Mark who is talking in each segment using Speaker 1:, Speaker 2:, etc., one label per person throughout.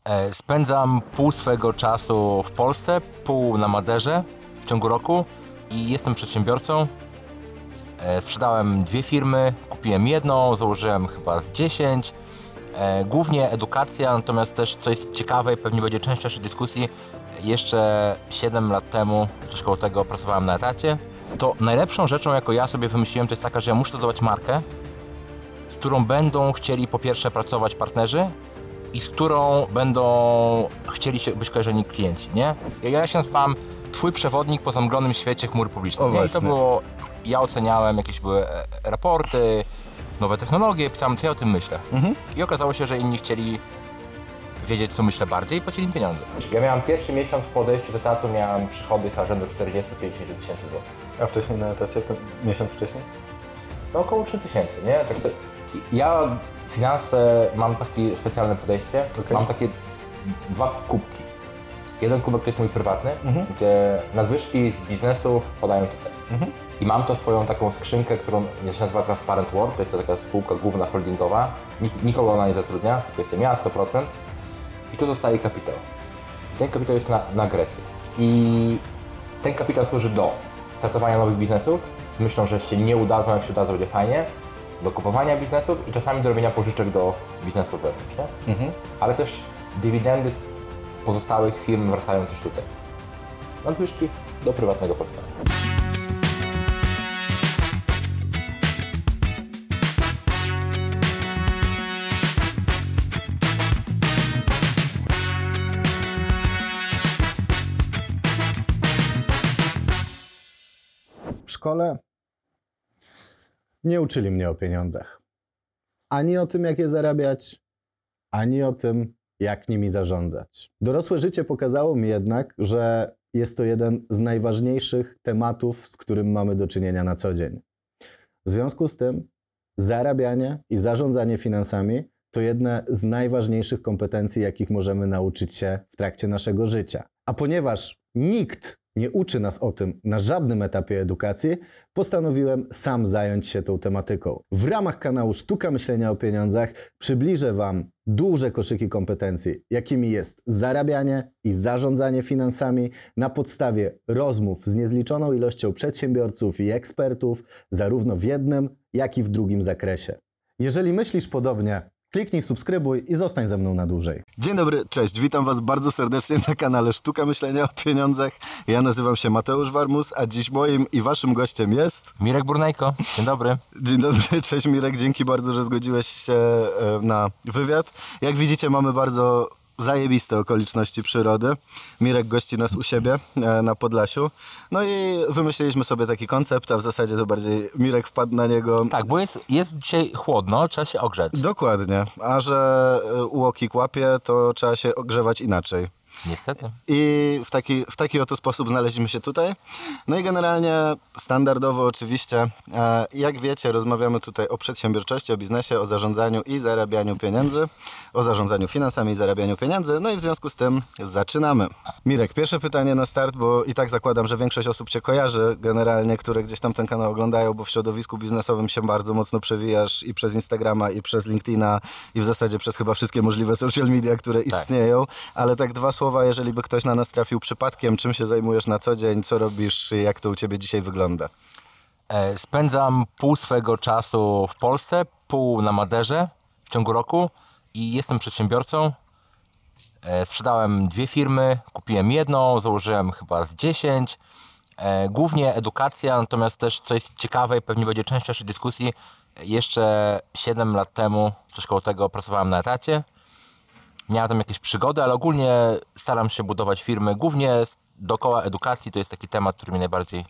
Speaker 1: Spędzam pół swego czasu w Polsce, pół na Maderze w ciągu roku i jestem przedsiębiorcą. Sprzedałem 2 firmy, kupiłem jedną, założyłem chyba z 10. Głównie edukacja, natomiast też, co jest ciekawe i pewnie będzie część naszej dyskusji, jeszcze 7 lat temu, coś koło tego, pracowałem na etacie. To najlepszą rzeczą, jaką ja sobie wymyśliłem, to jest taka, że ja muszę zbudować markę, z którą będą chcieli po pierwsze pracować partnerzy i z którą będą chcieli być kojarzeni klienci, nie? Ja się nazywam Twój przewodnik po zamglonym świecie chmur publicznych. Nie? I to było, ja oceniałem, jakieś były raporty, nowe technologie, pisałem, co ja o tym myślę. I okazało się, że inni chcieli wiedzieć, co myślę bardziej i płacili mi pieniądze. Ja miałem pierwszy miesiąc po odejściu z etatu, miałem przychody rzędu 40-50 tysięcy złotych.
Speaker 2: A wcześniej na etacie, miesiąc wcześniej?
Speaker 1: No około 3000, nie? Tak to, ja finanse mam takie specjalne podejście, mam takie 2 kubki. Jeden kubek to jest mój prywatny, gdzie nadwyżki z biznesu wpadają tutaj. I mam to swoją taką skrzynkę, którą się nazywa Transparent World, to jest to taka spółka główna holdingowa. Nikogo ona nie zatrudnia, tylko jestem ja 100%. I tu zostaje kapitał. Ten kapitał jest na agresję. I ten kapitał służy do startowania nowych biznesów, z myślą, że się nie udadzą, jak się udadzą, będzie fajnie, do kupowania biznesów i czasami do robienia pożyczek do biznesów wewnątrz, nie? Ale też dywidendy z pozostałych firm wracają też tutaj. Nadwyżki do prywatnego portfela.
Speaker 3: W szkole nie uczyli mnie o pieniądzach. Ani o tym, jak je zarabiać, ani o tym, jak nimi zarządzać. Dorosłe życie pokazało mi jednak, że jest to jeden z najważniejszych tematów, z którym mamy do czynienia na co dzień. W związku z tym zarabianie i zarządzanie finansami to jedne z najważniejszych kompetencji, jakich możemy nauczyć się w trakcie naszego życia. A ponieważ nikt nie uczy nas o tym na żadnym etapie edukacji, postanowiłem sam zająć się tą tematyką. W ramach kanału Sztuka Myślenia o Pieniądzach przybliżę Wam duże koszyki kompetencji, jakimi jest zarabianie i zarządzanie finansami na podstawie rozmów z niezliczoną ilością przedsiębiorców i ekspertów, zarówno w jednym, jak i w drugim zakresie. Jeżeli myślisz podobnie, kliknij subskrybuj i zostań ze mną na dłużej.
Speaker 2: Dzień dobry, cześć, witam Was bardzo serdecznie na kanale Sztuka Myślenia o Pieniądzach. Ja nazywam się Mateusz Warmus, a dziś moim i Waszym gościem jest...
Speaker 1: Mirek Burnejko, dzień dobry.
Speaker 2: Dzień dobry, cześć Mirek, dzięki bardzo, że zgodziłeś się na wywiad. Jak widzicie, mamy bardzo zajebiste okoliczności przyrody. Mirek gości nas u siebie na Podlasiu. No i wymyśliliśmy sobie taki koncept, a w zasadzie to bardziej Mirek wpadł na niego.
Speaker 1: Tak, bo jest dzisiaj chłodno, trzeba się ogrzeć.
Speaker 2: Dokładnie, a że UOKiK łapie, to trzeba się ogrzewać inaczej.
Speaker 1: Niestety.
Speaker 2: I w taki oto sposób znaleźliśmy się tutaj. No i generalnie standardowo oczywiście, jak wiecie, rozmawiamy tutaj o przedsiębiorczości, o biznesie, o zarządzaniu i zarabianiu pieniędzy, o zarządzaniu finansami i zarabianiu pieniędzy. No i w związku z tym zaczynamy. Mirek, pierwsze pytanie na start, bo i tak zakładam, że większość osób Cię kojarzy generalnie, które gdzieś tam ten kanał oglądają, bo w środowisku biznesowym się bardzo mocno przewijasz i przez Instagrama, i przez LinkedIna, i w zasadzie przez chyba wszystkie możliwe social media, które istnieją. Ale tak 2 słowa, jeżeli by ktoś na nas trafił przypadkiem, czym się zajmujesz na co dzień, co robisz, jak to u Ciebie dzisiaj wygląda?
Speaker 1: Spędzam pół swego czasu w Polsce, pół na Maderze w ciągu roku i jestem przedsiębiorcą. Sprzedałem 2 firmy, kupiłem jedną, założyłem chyba z 10. Głównie edukacja, natomiast też, co jest ciekawe i pewnie będzie część naszej dyskusji, jeszcze 7 lat temu, coś koło tego, pracowałem na etacie. Miałem tam jakieś przygody, ale ogólnie staram się budować firmy, głównie dookoła edukacji, to jest taki temat, który mi najbardziej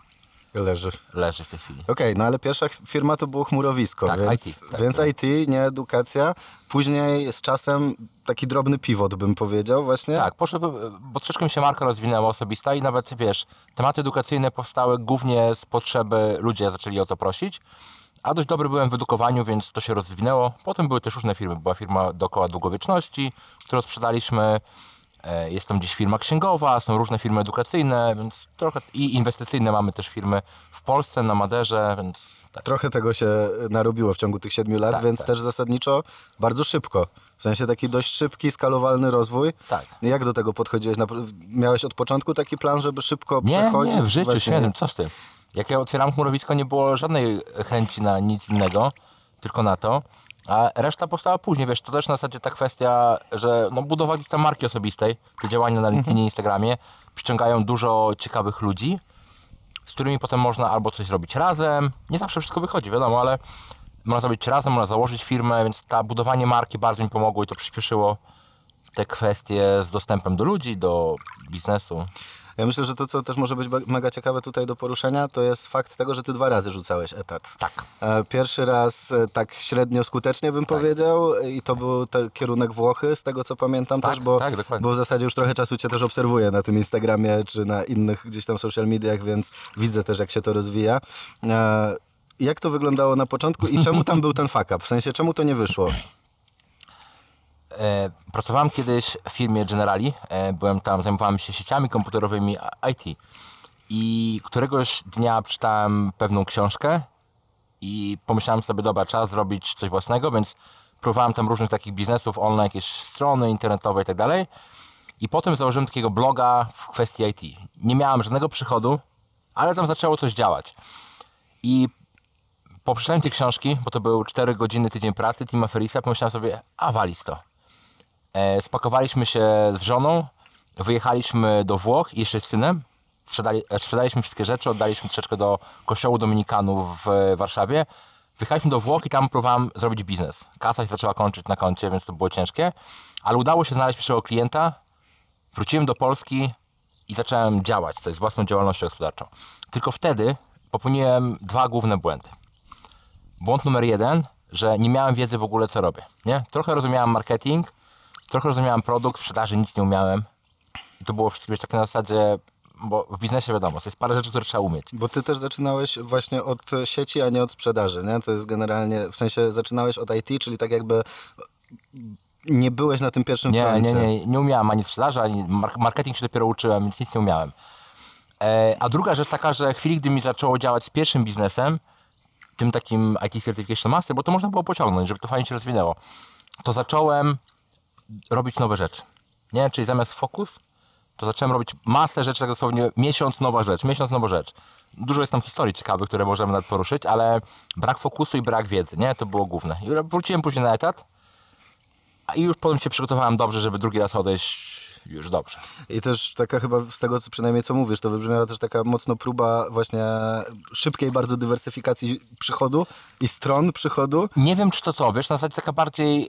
Speaker 1: leży w tej chwili.
Speaker 2: Okej, no ale pierwsza firma to było chmurowisko,
Speaker 1: Tak,
Speaker 2: więc,
Speaker 1: IT, tak,
Speaker 2: więc
Speaker 1: tak.
Speaker 2: IT, nie edukacja. Później z czasem taki drobny pivot, bym powiedział właśnie.
Speaker 1: Tak, bo troszeczkę mi się marka rozwinęła osobista i nawet, wiesz, tematy edukacyjne powstały głównie z potrzeby, ludzie zaczęli o to prosić, a dość dobry byłem w edukowaniu, więc to się rozwinęło. Potem były też różne firmy, była firma dookoła długowieczności, którą sprzedaliśmy, jest tam gdzieś firma księgowa, są różne firmy edukacyjne, więc trochę i inwestycyjne mamy też firmy w Polsce, na Maderze, więc tak.
Speaker 2: Trochę tego się narobiło w ciągu tych 7 lat,
Speaker 1: Tak,
Speaker 2: więc
Speaker 1: tak.
Speaker 2: też zasadniczo bardzo szybko W sensie taki dość szybki, skalowalny rozwój.
Speaker 1: Tak.
Speaker 2: Jak do tego podchodziłeś? Miałeś od początku taki plan, żeby szybko
Speaker 1: Nie,
Speaker 2: przechodzić?
Speaker 1: nie, w życiu
Speaker 2: Właśnie-
Speaker 1: świętym, coś ty. Jak ja otwieram chmurowisko, nie było żadnej chęci na nic innego, tylko na to. A reszta powstała później, wiesz, to też na zasadzie ta kwestia, że no, budowa jakiejś tam marki osobistej, te działania na LinkedInie, Instagramie przyciągają dużo ciekawych ludzi, z którymi potem można albo coś zrobić razem, nie zawsze wszystko wychodzi, wiadomo, ale można zrobić razem, można założyć firmę, więc ta budowanie marki bardzo mi pomogło i to przyspieszyło te kwestie z dostępem do ludzi, do biznesu.
Speaker 2: Ja myślę, że to, co też może być mega ciekawe tutaj do poruszenia, to jest fakt tego, że ty 2 razy rzucałeś etat.
Speaker 1: Tak.
Speaker 2: Pierwszy raz tak średnio skutecznie bym powiedział i to był kierunek Włochy, z tego co pamiętam
Speaker 1: Tak,
Speaker 2: też, bo,
Speaker 1: tak, dokładnie.
Speaker 2: bo w zasadzie już trochę czasu cię też obserwuję na tym Instagramie czy na innych gdzieś tam social mediach, więc widzę też jak się to rozwija. Jak to wyglądało na początku i czemu tam był ten fuck up? W sensie czemu to nie wyszło?
Speaker 1: Pracowałem kiedyś w firmie Generali, byłem tam, zajmowałem się sieciami komputerowymi IT i któregoś dnia przeczytałem pewną książkę i pomyślałem sobie, dobra, trzeba zrobić coś własnego, więc próbowałem tam różnych takich biznesów online, jakieś strony internetowe i tak dalej i potem założyłem takiego bloga w kwestii IT. Nie miałem żadnego przychodu, ale tam zaczęło coś działać i po przeczytaniu tej książki, bo to był 4 godziny tydzień pracy Tima Ferrisa, pomyślałem sobie, a walić to. Spakowaliśmy się z żoną, wyjechaliśmy do Włoch i jeszcze z synem, sprzedaliśmy wszystkie rzeczy, oddaliśmy troszeczkę do kościołu dominikanów w Warszawie. Wyjechaliśmy do Włoch i tam próbowałem zrobić biznes. Kasa się zaczęła kończyć na koncie, więc to było ciężkie, ale udało się znaleźć pierwszego klienta. Wróciłem do Polski i zacząłem działać, z własną działalnością gospodarczą. Tylko wtedy popełniłem 2 główne błędy. Błąd numer 1, że nie miałem wiedzy w ogóle co robię. Nie? Trochę rozumiałem marketing, trochę rozumiałem produkt, sprzedaży nic nie umiałem. I to było wszystko wiesz, takie na zasadzie, bo w biznesie wiadomo, to jest parę rzeczy, które trzeba umieć.
Speaker 2: Bo ty też zaczynałeś właśnie od sieci, a nie od sprzedaży, nie? To jest generalnie, w sensie zaczynałeś od IT, czyli tak jakby nie byłeś na tym pierwszym froncie.
Speaker 1: Nie umiałem ani sprzedaży, ani marketing się dopiero uczyłem, więc nic nie umiałem. A druga rzecz taka, że w chwili, gdy mi zaczęło działać z pierwszym biznesem, tym takim IT Certification Master, bo to można było pociągnąć, żeby to fajnie się rozwinęło, to zacząłem robić nowe rzeczy. Nie? Czyli zamiast fokus, to zacząłem robić masę rzeczy, tak dosłownie miesiąc nowa rzecz. Dużo jest tam historii ciekawych, które możemy nawet poruszyć, ale brak fokusu i brak wiedzy, nie? To było główne. I wróciłem później na etat, a i już potem się przygotowałem dobrze, żeby drugi raz odejść już dobrze.
Speaker 2: I też taka chyba z tego, co przynajmniej co mówisz, to wybrzmiała też taka mocno próba właśnie szybkiej bardzo dywersyfikacji przychodu i stron przychodu.
Speaker 1: Nie wiem, czy to wiesz, na zasadzie taka bardziej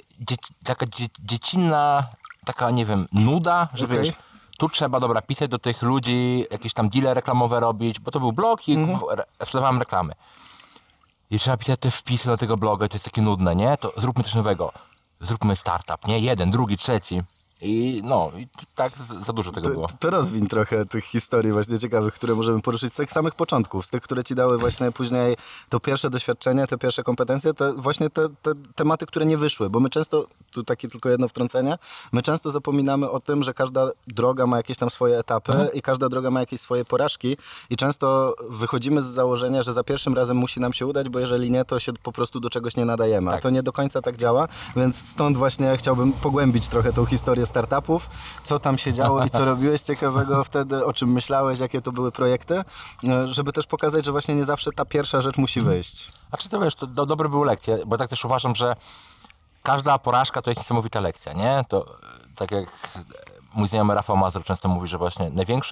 Speaker 1: dziecinna, taka, nie wiem, nuda, że
Speaker 2: Okej.
Speaker 1: wiesz, tu trzeba, dobra, pisać do tych ludzi, jakieś tam deale reklamowe robić, bo to był blog i sprzedawałem reklamy. I trzeba pisać te wpisy do tego bloga, to jest takie nudne, nie? To zróbmy coś nowego. Zróbmy startup, nie? 1, 2, 3. I no, i tak za dużo tego było.
Speaker 2: To rozwiń trochę tych historii właśnie ciekawych, które możemy poruszyć z tych samych początków, z tych, które ci dały właśnie później to pierwsze doświadczenie, te pierwsze kompetencje, te właśnie te tematy, które nie wyszły, bo my często, tu takie tylko jedno wtrącenie, my często zapominamy o tym, że każda droga ma jakieś tam swoje etapy i każda droga ma jakieś swoje porażki i często wychodzimy z założenia, że za pierwszym razem musi nam się udać, bo jeżeli nie, to się po prostu do czegoś nie nadajemy, a
Speaker 1: Tak.
Speaker 2: to nie do końca tak działa, więc stąd właśnie chciałbym pogłębić trochę tą historię startupów, co tam się działo i co robiłeś ciekawego wtedy, o czym myślałeś, jakie to były projekty, żeby też pokazać, że właśnie nie zawsze ta pierwsza rzecz musi wyjść.
Speaker 1: A czy to wiesz, to dobre były lekcje, bo tak też uważam, że każda porażka to jest niesamowita lekcja, nie? To tak jak mój znajomy Rafał Mazur często mówi, że właśnie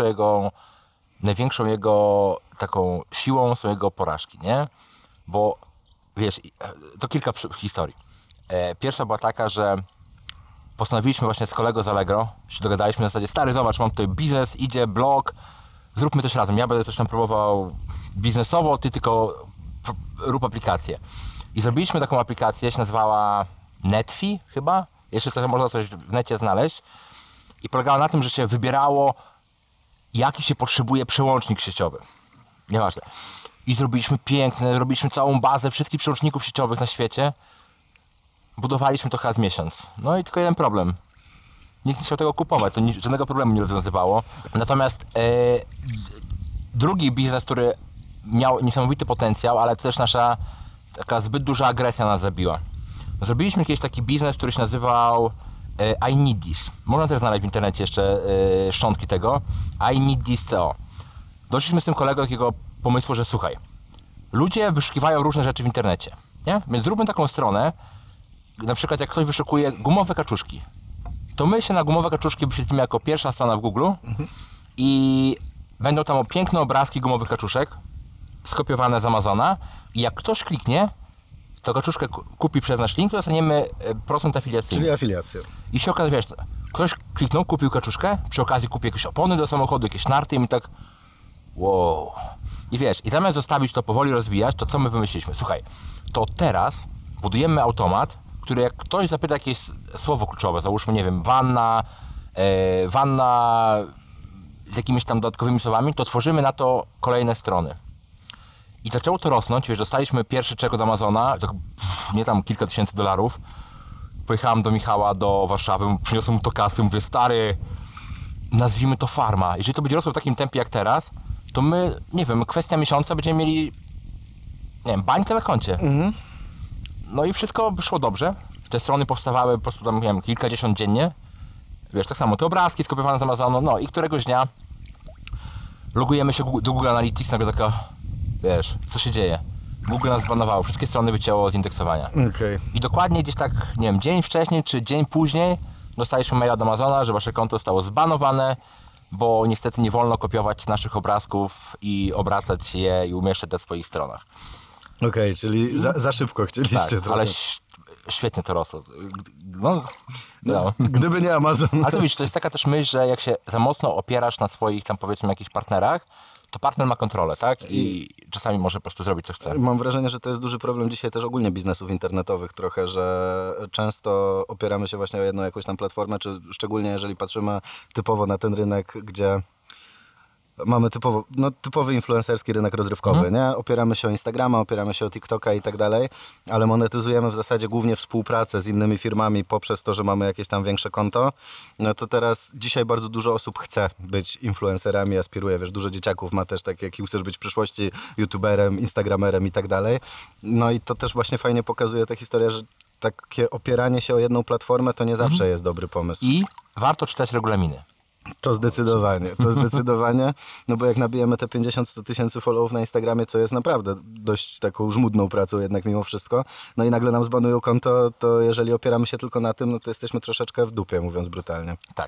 Speaker 1: największą jego taką siłą są jego porażki, nie? Bo wiesz, to kilka historii. Pierwsza była taka, że postanowiliśmy właśnie z kolegą z Allegro, się dogadaliśmy na zasadzie, stary, zobacz, mam tutaj biznes, idzie blog, zróbmy coś razem. Ja będę coś tam próbował biznesowo, ty tylko rób aplikację. I zrobiliśmy taką aplikację, się nazywała Netfi chyba, jeszcze coś, można coś w necie znaleźć. I polegała na tym, że się wybierało, jaki się potrzebuje przełącznik sieciowy. Nieważne. I zrobiliśmy piękne, robiliśmy całą bazę wszystkich przełączników sieciowych na świecie. Budowaliśmy to chyba z miesiąc. No i tylko jeden problem. Nikt nie chciał tego kupować, to żadnego problemu nie rozwiązywało. Natomiast drugi biznes, który miał niesamowity potencjał, ale też nasza taka zbyt duża agresja nas zabiła. Zrobiliśmy kiedyś taki biznes, który się nazywał I Need This. Można też znaleźć w internecie jeszcze szczątki tego. I Need This CO. Doszliśmy z tym kolegą do takiego pomysłu, że słuchaj, ludzie wyszukiwają różne rzeczy w internecie, nie? Więc zróbmy taką stronę, na przykład jak ktoś wyszukuje gumowe kaczuszki, to my się na gumowe kaczuszki wyświetlimy jako pierwsza strona w Google i będą tam piękne obrazki gumowych kaczuszek skopiowane z Amazona i jak ktoś kliknie, to kaczuszkę kupi przez nasz link, to dostaniemy procent afiliacyjny.
Speaker 2: Czyli afiliacja.
Speaker 1: I się okazuje, wiesz, ktoś kliknął, kupił kaczuszkę, przy okazji kupi jakieś opony do samochodu, jakieś narty i mi tak wow. I wiesz, i zamiast zostawić to powoli rozwijać, to co my wymyśliliśmy? Słuchaj, to teraz budujemy automat, który jak ktoś zapyta jakieś słowo kluczowe, załóżmy, nie wiem, wanna z jakimiś tam dodatkowymi słowami, to tworzymy na to kolejne strony. I zaczęło to rosnąć, wiesz, dostaliśmy pierwszy czek od Amazona, to, nie tam kilka tysięcy dolarów. Pojechałem do Michała, do Warszawy, przyniosłem mu to kasy, mówię, stary, nazwijmy to farma. Jeżeli to będzie rosło w takim tempie jak teraz, to my, nie wiem, kwestia miesiąca będziemy mieli, nie wiem, bańkę na koncie. No i wszystko szło dobrze. Te strony powstawały po prostu tam, nie wiem, kilkadziesiąt dziennie. Wiesz, tak samo te obrazki skopiowane z Amazonu, no i któregoś dnia logujemy się do Google Analytics, nagle taka, wiesz, co się dzieje? Google nas zbanowało, wszystkie strony wycięło z indeksowania.
Speaker 2: Okej.
Speaker 1: I dokładnie gdzieś tak, nie wiem, dzień wcześniej czy dzień później dostaliśmy maila od Amazona, że wasze konto zostało zbanowane, bo niestety nie wolno kopiować naszych obrazków i obracać je i umieszczać na swoich stronach.
Speaker 2: Okej, czyli za szybko chcieliście
Speaker 1: Tak,
Speaker 2: trochę.
Speaker 1: ale świetnie to rosło. No.
Speaker 2: Gdyby nie Amazon.
Speaker 1: Ale to widzisz, to jest taka też myśl, że jak się za mocno opierasz na swoich tam powiedzmy jakichś partnerach, to partner ma kontrolę, tak? I czasami może po prostu zrobić co chce.
Speaker 2: Mam wrażenie, że to jest duży problem dzisiaj też ogólnie biznesów internetowych trochę, że często opieramy się właśnie o jedną jakąś tam platformę, czy szczególnie jeżeli patrzymy typowo na ten rynek, gdzie mamy typowy influencerski rynek rozrywkowy, nie? Opieramy się o Instagrama, opieramy się o TikToka i tak dalej, ale monetyzujemy w zasadzie głównie współpracę z innymi firmami poprzez to, że mamy jakieś tam większe konto. No to teraz dzisiaj bardzo dużo osób chce być influencerami, aspiruje, wiesz, dużo dzieciaków ma też takie, kim chcesz być w przyszłości, youtuberem, instagramerem i tak dalej. No i to też właśnie fajnie pokazuje ta historia, że takie opieranie się o jedną platformę to nie zawsze jest dobry pomysł.
Speaker 1: I warto czytać regulaminy.
Speaker 2: To zdecydowanie, no bo jak nabijemy te 50-100 tysięcy followów na Instagramie, co jest naprawdę dość taką żmudną pracą jednak mimo wszystko, no i nagle nam zbanują konto, to jeżeli opieramy się tylko na tym, no to jesteśmy troszeczkę w dupie, mówiąc brutalnie.
Speaker 1: Tak.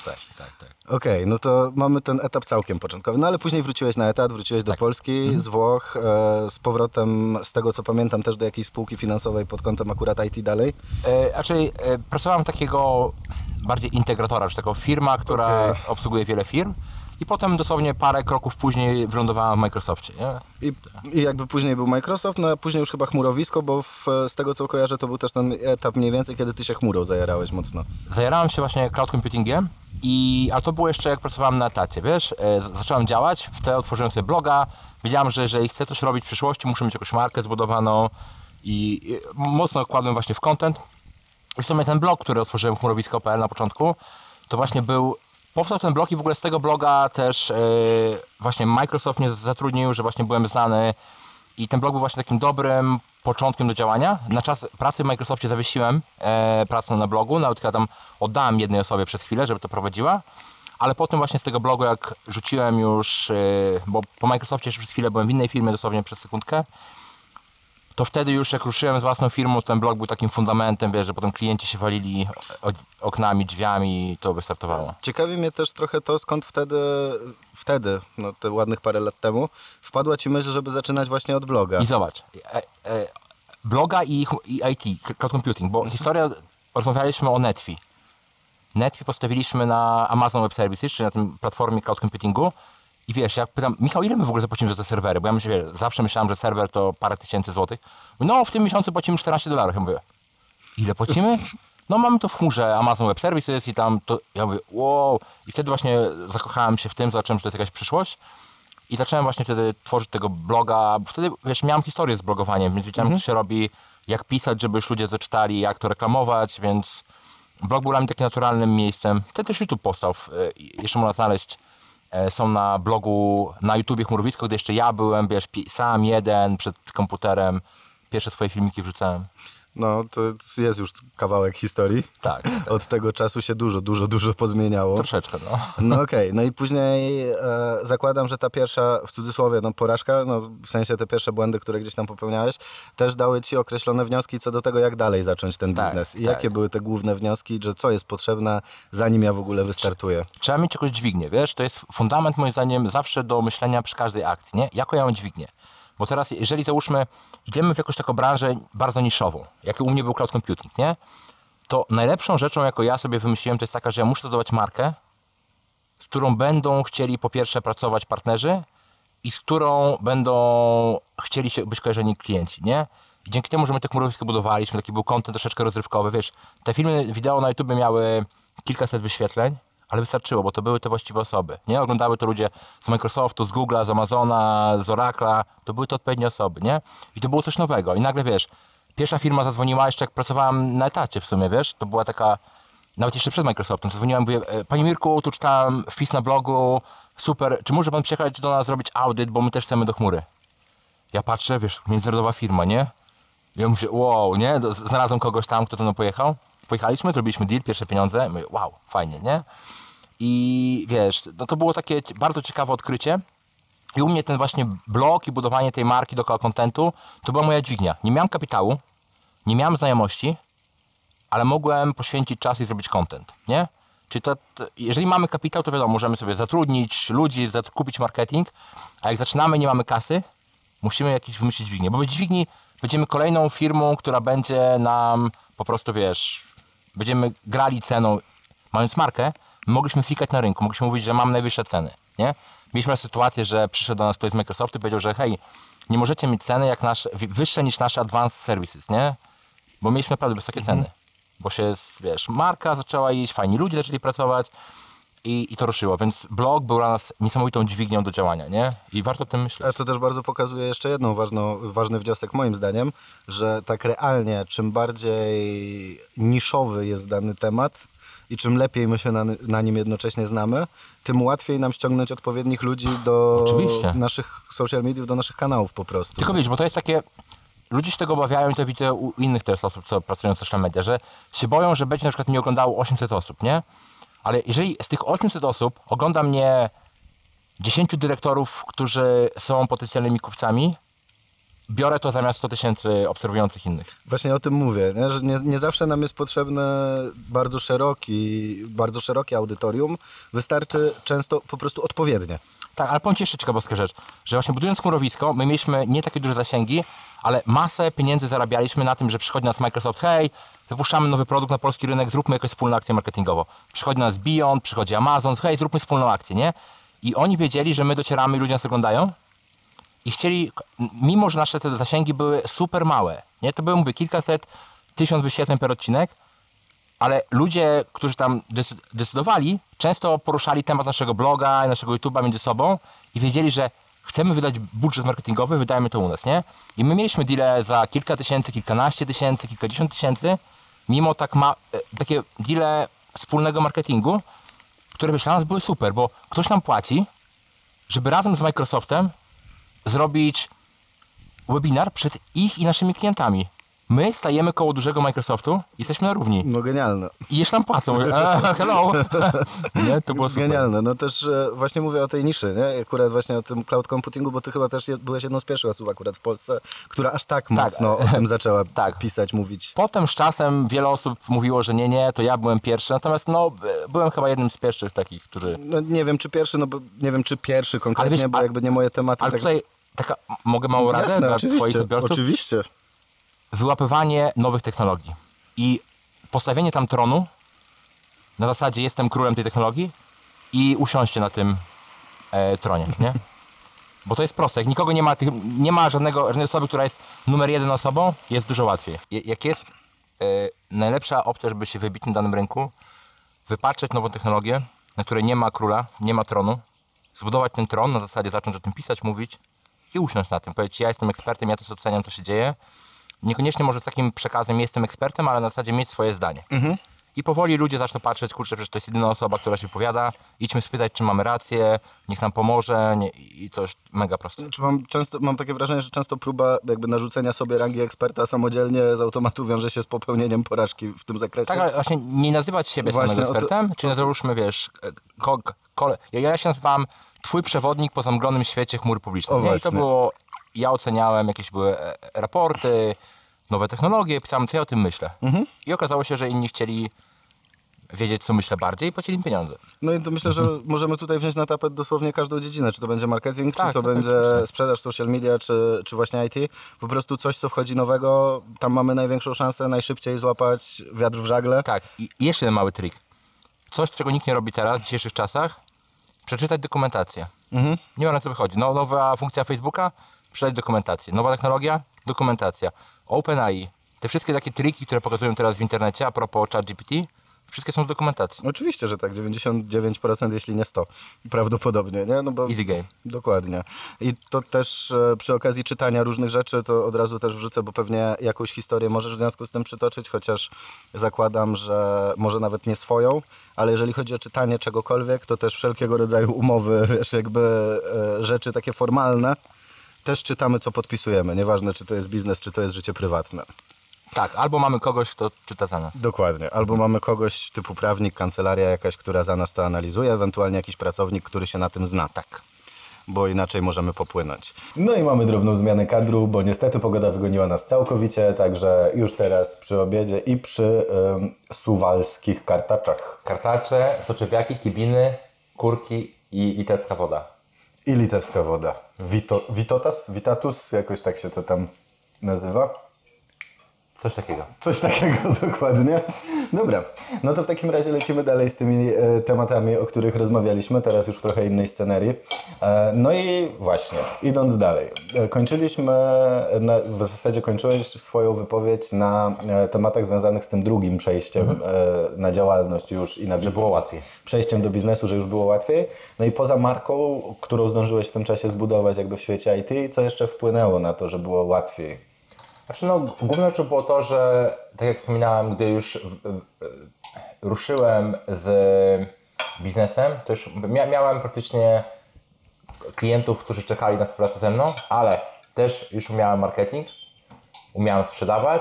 Speaker 2: Okej, no to mamy ten etap całkiem początkowy, no ale później wróciłeś na etat, wróciłeś do Polski, z Włoch, z powrotem, z tego co pamiętam, też do jakiejś spółki finansowej pod kątem akurat IT dalej.
Speaker 1: Pracowałem takiego bardziej integratora, czy taką firma, która obsługuje wiele firm i potem dosłownie parę kroków później wylądowałem w Microsoftie, nie?
Speaker 2: I jakby później był Microsoft, no a później już chyba chmurowisko, bo z tego co kojarzę, to był też ten etap mniej więcej, kiedy ty się chmurą zajarałeś mocno.
Speaker 1: Zajarałem się właśnie cloud computingiem, ale to było jeszcze jak pracowałem na etacie, wiesz, zacząłem działać, wtedy otworzyłem sobie bloga, wiedziałem, że jeżeli chcę coś robić w przyszłości, muszę mieć jakąś markę zbudowaną i mocno kładłem właśnie w content. I w sumie ten blog, który otworzyłem, chmurowisko.pl na początku, to właśnie powstał ten blog i w ogóle z tego bloga też właśnie Microsoft mnie zatrudnił, że właśnie byłem znany i ten blog był właśnie takim dobrym początkiem do działania. Na czas pracy w Microsoftie zawiesiłem pracę na blogu, nawet ja tam oddałem jednej osobie przez chwilę, żeby to prowadziła, ale potem właśnie z tego blogu jak rzuciłem już, bo po Microsoftie jeszcze przez chwilę byłem w innej firmie, dosłownie przez sekundkę, to wtedy już jak ruszyłem z własną firmą, ten blog był takim fundamentem, wiesz, że potem klienci się walili oknami, drzwiami i to wystartowało.
Speaker 2: Ciekawi mnie też trochę to, skąd wtedy, no te ładnych parę lat temu, wpadła ci myśl, żeby zaczynać właśnie od bloga.
Speaker 1: I zobacz, bloga i IT, cloud computing, bo historia, rozmawialiśmy o Netfi. Netfi postawiliśmy na Amazon Web Services, czyli na tym platformie cloud computingu. I wiesz, ja pytam, Michał, ile my w ogóle zapłacimy za te serwery? Bo ja myślę, wiesz, zawsze myślałem, że serwer to parę tysięcy złotych. No, w tym miesiącu płacimy $14. Ja mówię, ile płacimy? No, mamy to w chmurze Amazon Web Services i tam to, ja mówię, wow. I wtedy właśnie zakochałem się w tym, zobaczyłem, że to jest jakaś przyszłość. I zacząłem właśnie wtedy tworzyć tego bloga, bo wtedy, wiesz, miałem historię z blogowaniem, więc wiedziałem, co się robi, jak pisać, żeby już ludzie zaczytali, jak to reklamować, więc blog był dla mnie takim naturalnym miejscem. Wtedy też YouTube powstał, jeszcze można znaleźć. Są na blogu, na YouTubie Chmurowisko, gdy jeszcze ja byłem, wiesz, sam jeden przed komputerem. Pierwsze swoje filmiki wrzucałem.
Speaker 2: No, to jest już kawałek historii.
Speaker 1: Tak,
Speaker 2: Od tego czasu się dużo pozmieniało.
Speaker 1: troszeczkę, no.
Speaker 2: No okej, no i później zakładam, że ta pierwsza, w cudzysłowie, no porażka, no w sensie te pierwsze błędy, które gdzieś tam popełniałeś, też dały ci określone wnioski co do tego, jak dalej zacząć ten
Speaker 1: Tak,
Speaker 2: biznes. I
Speaker 1: tak.
Speaker 2: jakie były te główne wnioski, że co jest potrzebne, zanim ja w ogóle wystartuję?
Speaker 1: Trzeba mieć jakąś dźwignię, wiesz, to jest fundament moim zdaniem zawsze do myślenia przy każdej akcji, nie? Jaką ja mam dźwignię? Bo teraz, jeżeli załóżmy, idziemy w jakąś taką branżę bardzo niszową, jak u mnie był cloud computing, nie? To najlepszą rzeczą, jaką ja sobie wymyśliłem, to jest taka, że ja muszę zbudować markę, z którą będą chcieli po pierwsze pracować partnerzy i z którą będą chcieli się być kojarzeni klienci, nie? I dzięki temu, że my te chmurowisko budowaliśmy, taki był content troszeczkę rozrywkowy, wiesz, te filmy wideo na YouTube miały kilkaset wyświetleń, ale wystarczyło, bo to były te właściwe osoby, nie? Oglądały to ludzie z Microsoftu, z Google'a, z Amazona, z Oracle'a, to były to odpowiednie osoby, nie? I to było coś nowego i nagle, wiesz, pierwsza firma zadzwoniła jeszcze jak pracowałem na etacie w sumie, wiesz, to była taka, nawet jeszcze przed Microsoftem, zadzwoniłem, mówię, panie Mirku, tu czytałem wpis na blogu, super, czy może pan przyjechać do nas zrobić audyt, bo my też chcemy do chmury. Ja patrzę, wiesz, międzynarodowa firma, nie? Ja mówię, wow, nie? Znalazłem kogoś tam, kto do nas pojechał. Pojechaliśmy, zrobiliśmy deal, pierwsze pieniądze. Mówię, wow, fajnie, nie? I wiesz, no to było takie bardzo ciekawe odkrycie. I u mnie ten właśnie blog i budowanie tej marki dookoła kontentu to była moja dźwignia. Nie miałem kapitału, nie miałem znajomości, ale mogłem poświęcić czas i zrobić content, nie? Czyli jeżeli mamy kapitał, to wiadomo, możemy sobie zatrudnić ludzi, kupić marketing, a jak zaczynamy i nie mamy kasy, musimy jakiś wymyślić dźwignię, bo bez dźwigni będziemy kolejną firmą, która będzie nam po prostu, wiesz, będziemy grali ceną, mając markę, mogliśmy fikać na rynku, mogliśmy mówić, że mam najwyższe ceny, nie? Mieliśmy sytuację, że przyszedł do nas ktoś z Microsoftu i powiedział, że hej, nie możecie mieć ceny jak wyższe niż nasze Advanced Services, nie? Bo mieliśmy naprawdę wysokie ceny, bo się, wiesz, marka zaczęła iść, fajni ludzie zaczęli pracować i to ruszyło, więc blog był dla nas niesamowitą dźwignią do działania, nie? I warto o tym myśleć.
Speaker 2: Ale to też bardzo pokazuje jeszcze jedną ważny wniosek moim zdaniem, że tak realnie, czym bardziej niszowy jest dany temat i czym lepiej my się na nim jednocześnie znamy, tym łatwiej nam ściągnąć odpowiednich ludzi do
Speaker 1: Oczywiście.
Speaker 2: naszych social mediów, do naszych kanałów po prostu.
Speaker 1: Tylko wiesz, bo to jest takie, ludzie się tego obawiają i to widzę u innych też osób, co pracują w social media, że się boją, że będzie na przykład mnie oglądało 800 osób, nie? Ale jeżeli z tych 800 osób ogląda mnie 10 dyrektorów, którzy są potencjalnymi kupcami, biorę to zamiast 100 000 obserwujących innych.
Speaker 2: Właśnie o tym mówię, nie? Że nie zawsze nam jest potrzebne bardzo szerokie audytorium, wystarczy często po prostu odpowiednie.
Speaker 1: Tak, ale powiem Ci jeszcze ciekawostkę rzecz, że właśnie budując chmurowisko, my mieliśmy nie takie duże zasięgi, ale masę pieniędzy zarabialiśmy na tym, że przychodzi nas Microsoft, hej, wypuszczamy nowy produkt na polski rynek, zróbmy jakąś wspólną akcję marketingową. Przychodzi nas Beyond, przychodzi Amazon, hej, zróbmy wspólną akcję, nie? I oni wiedzieli, że my docieramy i ludzie nas oglądają i chcieli, mimo że nasze te zasięgi były super małe, nie? To były, mówię, kilkaset, 1000 wyświetleń per odcinek, ale ludzie, którzy tam decydowali, często poruszali temat naszego bloga i naszego YouTube'a między sobą i wiedzieli, że chcemy wydać budżet marketingowy, wydajemy to u nas, nie? I my mieliśmy deale za kilka tysięcy, kilkanaście tysięcy, kilkadziesiąt tysięcy, mimo takie deale wspólnego marketingu, które dla nas były super, bo ktoś nam płaci, żeby razem z Microsoftem zrobić webinar przed ich i naszymi klientami. My stajemy koło dużego Microsoftu i jesteśmy na równi.
Speaker 2: No genialne.
Speaker 1: I jeszcze nam płacą. Hello. Nie? To było super.
Speaker 2: Genialne. No też właśnie mówię o tej niszy, nie? Akurat właśnie o tym cloud computingu, bo ty chyba też byłeś jedną z pierwszych osób akurat w Polsce, która aż tak mocno o tym zaczęła
Speaker 1: Tak.
Speaker 2: pisać, mówić.
Speaker 1: Potem z czasem wiele osób mówiło, że nie, to ja byłem pierwszy. Natomiast no, byłem chyba jednym z pierwszych takich, którzy...
Speaker 2: No nie wiem czy pierwszy, no bo nie wiem czy pierwszy konkretnie,
Speaker 1: wiesz,
Speaker 2: bo jakby nie moje tematy.
Speaker 1: Ale
Speaker 2: tak...
Speaker 1: tutaj taka, mogę małą radę
Speaker 2: Jasne,
Speaker 1: dla twoich
Speaker 2: oczywiście,
Speaker 1: odbiorców?
Speaker 2: oczywiście.
Speaker 1: Wyłapywanie nowych technologii i postawienie tam tronu na zasadzie jestem królem tej technologii i usiądźcie na tym tronie, nie? Bo to jest proste, jak nikogo nie ma żadnej osoby, która jest numer 1 osobą, jest dużo łatwiej. Jak jest najlepsza opcja, żeby się wybić na danym rynku, wypatrzeć nową technologię, na której nie ma króla, nie ma tronu, zbudować ten tron, na zasadzie zacząć o tym pisać, mówić i usiąść na tym, powiedzieć ja jestem ekspertem, ja to oceniam, co się dzieje. Niekoniecznie może z takim przekazem jestem ekspertem, ale na zasadzie mieć swoje zdanie. I powoli ludzie zaczną patrzeć, kurczę, przecież to jest jedyna osoba, która się wypowiada, idźmy spytać, czy mamy rację, niech nam pomoże i coś mega proste.
Speaker 2: Czy mam takie wrażenie, że często próba jakby narzucenia sobie rangi eksperta samodzielnie z automatu wiąże się z popełnieniem porażki w tym zakresie?
Speaker 1: Tak, ale właśnie nie nazywać siebie
Speaker 2: Właśnie,
Speaker 1: samego ekspertem, czyli załóżmy, wiesz, ja się nazywam twój przewodnik po zamglonym świecie chmur publicznych.
Speaker 2: O,
Speaker 1: Nie? I to
Speaker 2: właśnie.
Speaker 1: było, ja oceniałem, jakieś były raporty, nowe technologie, pisałem, co ja o tym myślę. I okazało się, że inni chcieli wiedzieć, co myślę bardziej i płacili mi pieniądze.
Speaker 2: No i to myślę, że możemy tutaj wziąć na tapet dosłownie każdą dziedzinę, czy to będzie marketing,
Speaker 1: Tak,
Speaker 2: czy to
Speaker 1: tak,
Speaker 2: będzie
Speaker 1: oczywiście.
Speaker 2: sprzedaż social media, czy właśnie IT. Po prostu coś, co wchodzi nowego, tam mamy największą szansę najszybciej złapać wiatr w żagle.
Speaker 1: Tak, i jeszcze jeden mały trik. Coś, czego nikt nie robi teraz, w dzisiejszych czasach, przeczytać dokumentację. Nie ma na co wychodzi. No, nowa funkcja Facebooka, przeczytać dokumentację. Nowa technologia, dokumentacja. OpenAI, te wszystkie takie triki, które pokazują teraz w internecie a propos ChatGPT, wszystkie są w dokumentacji.
Speaker 2: Oczywiście, że tak, 99%, jeśli nie 100%, prawdopodobnie, nie? No bo
Speaker 1: Easy game.
Speaker 2: dokładnie. I to też przy okazji czytania różnych rzeczy, to od razu też wrzucę, bo pewnie jakąś historię możesz w związku z tym przytoczyć, chociaż zakładam, że może nawet nie swoją, ale jeżeli chodzi o czytanie czegokolwiek, to też wszelkiego rodzaju umowy, wiesz, jakby rzeczy takie formalne, też czytamy, co podpisujemy. Nieważne, czy to jest biznes, czy to jest życie prywatne.
Speaker 1: Tak, albo mamy kogoś, kto czyta za nas.
Speaker 2: Dokładnie. Albo mamy kogoś typu prawnik, kancelaria jakaś, która za nas to analizuje, ewentualnie jakiś pracownik, który się na tym zna. Tak. Bo inaczej możemy popłynąć. No i mamy drobną zmianę kadru, bo niestety pogoda wygoniła nas całkowicie, także już teraz przy obiedzie i przy suwalskich kartaczach.
Speaker 1: Kartacze, soczewiaki, kibiny, kurki i litewska woda.
Speaker 2: I litewska woda. Vitatus, jakoś tak się to tam nazywa.
Speaker 1: Coś takiego.
Speaker 2: Coś takiego dokładnie. Dobra, no to w takim razie lecimy dalej z tymi tematami, o których rozmawialiśmy, teraz już w trochę innej scenerii. No i właśnie, idąc dalej. W zasadzie kończyłeś swoją wypowiedź na tematach związanych z tym drugim przejściem na działalność już i na
Speaker 1: Że było łatwiej.
Speaker 2: przejściem do biznesu, że już było łatwiej. No i poza marką, którą zdążyłeś w tym czasie zbudować jakby w świecie IT, co jeszcze wpłynęło na to, że było łatwiej?
Speaker 1: Znaczy no, główną rzeczą było to, że tak jak wspominałem, gdy już ruszyłem z biznesem, to już miałem praktycznie klientów, którzy czekali na współpracę ze mną, ale też już umiałem marketing, umiałem sprzedawać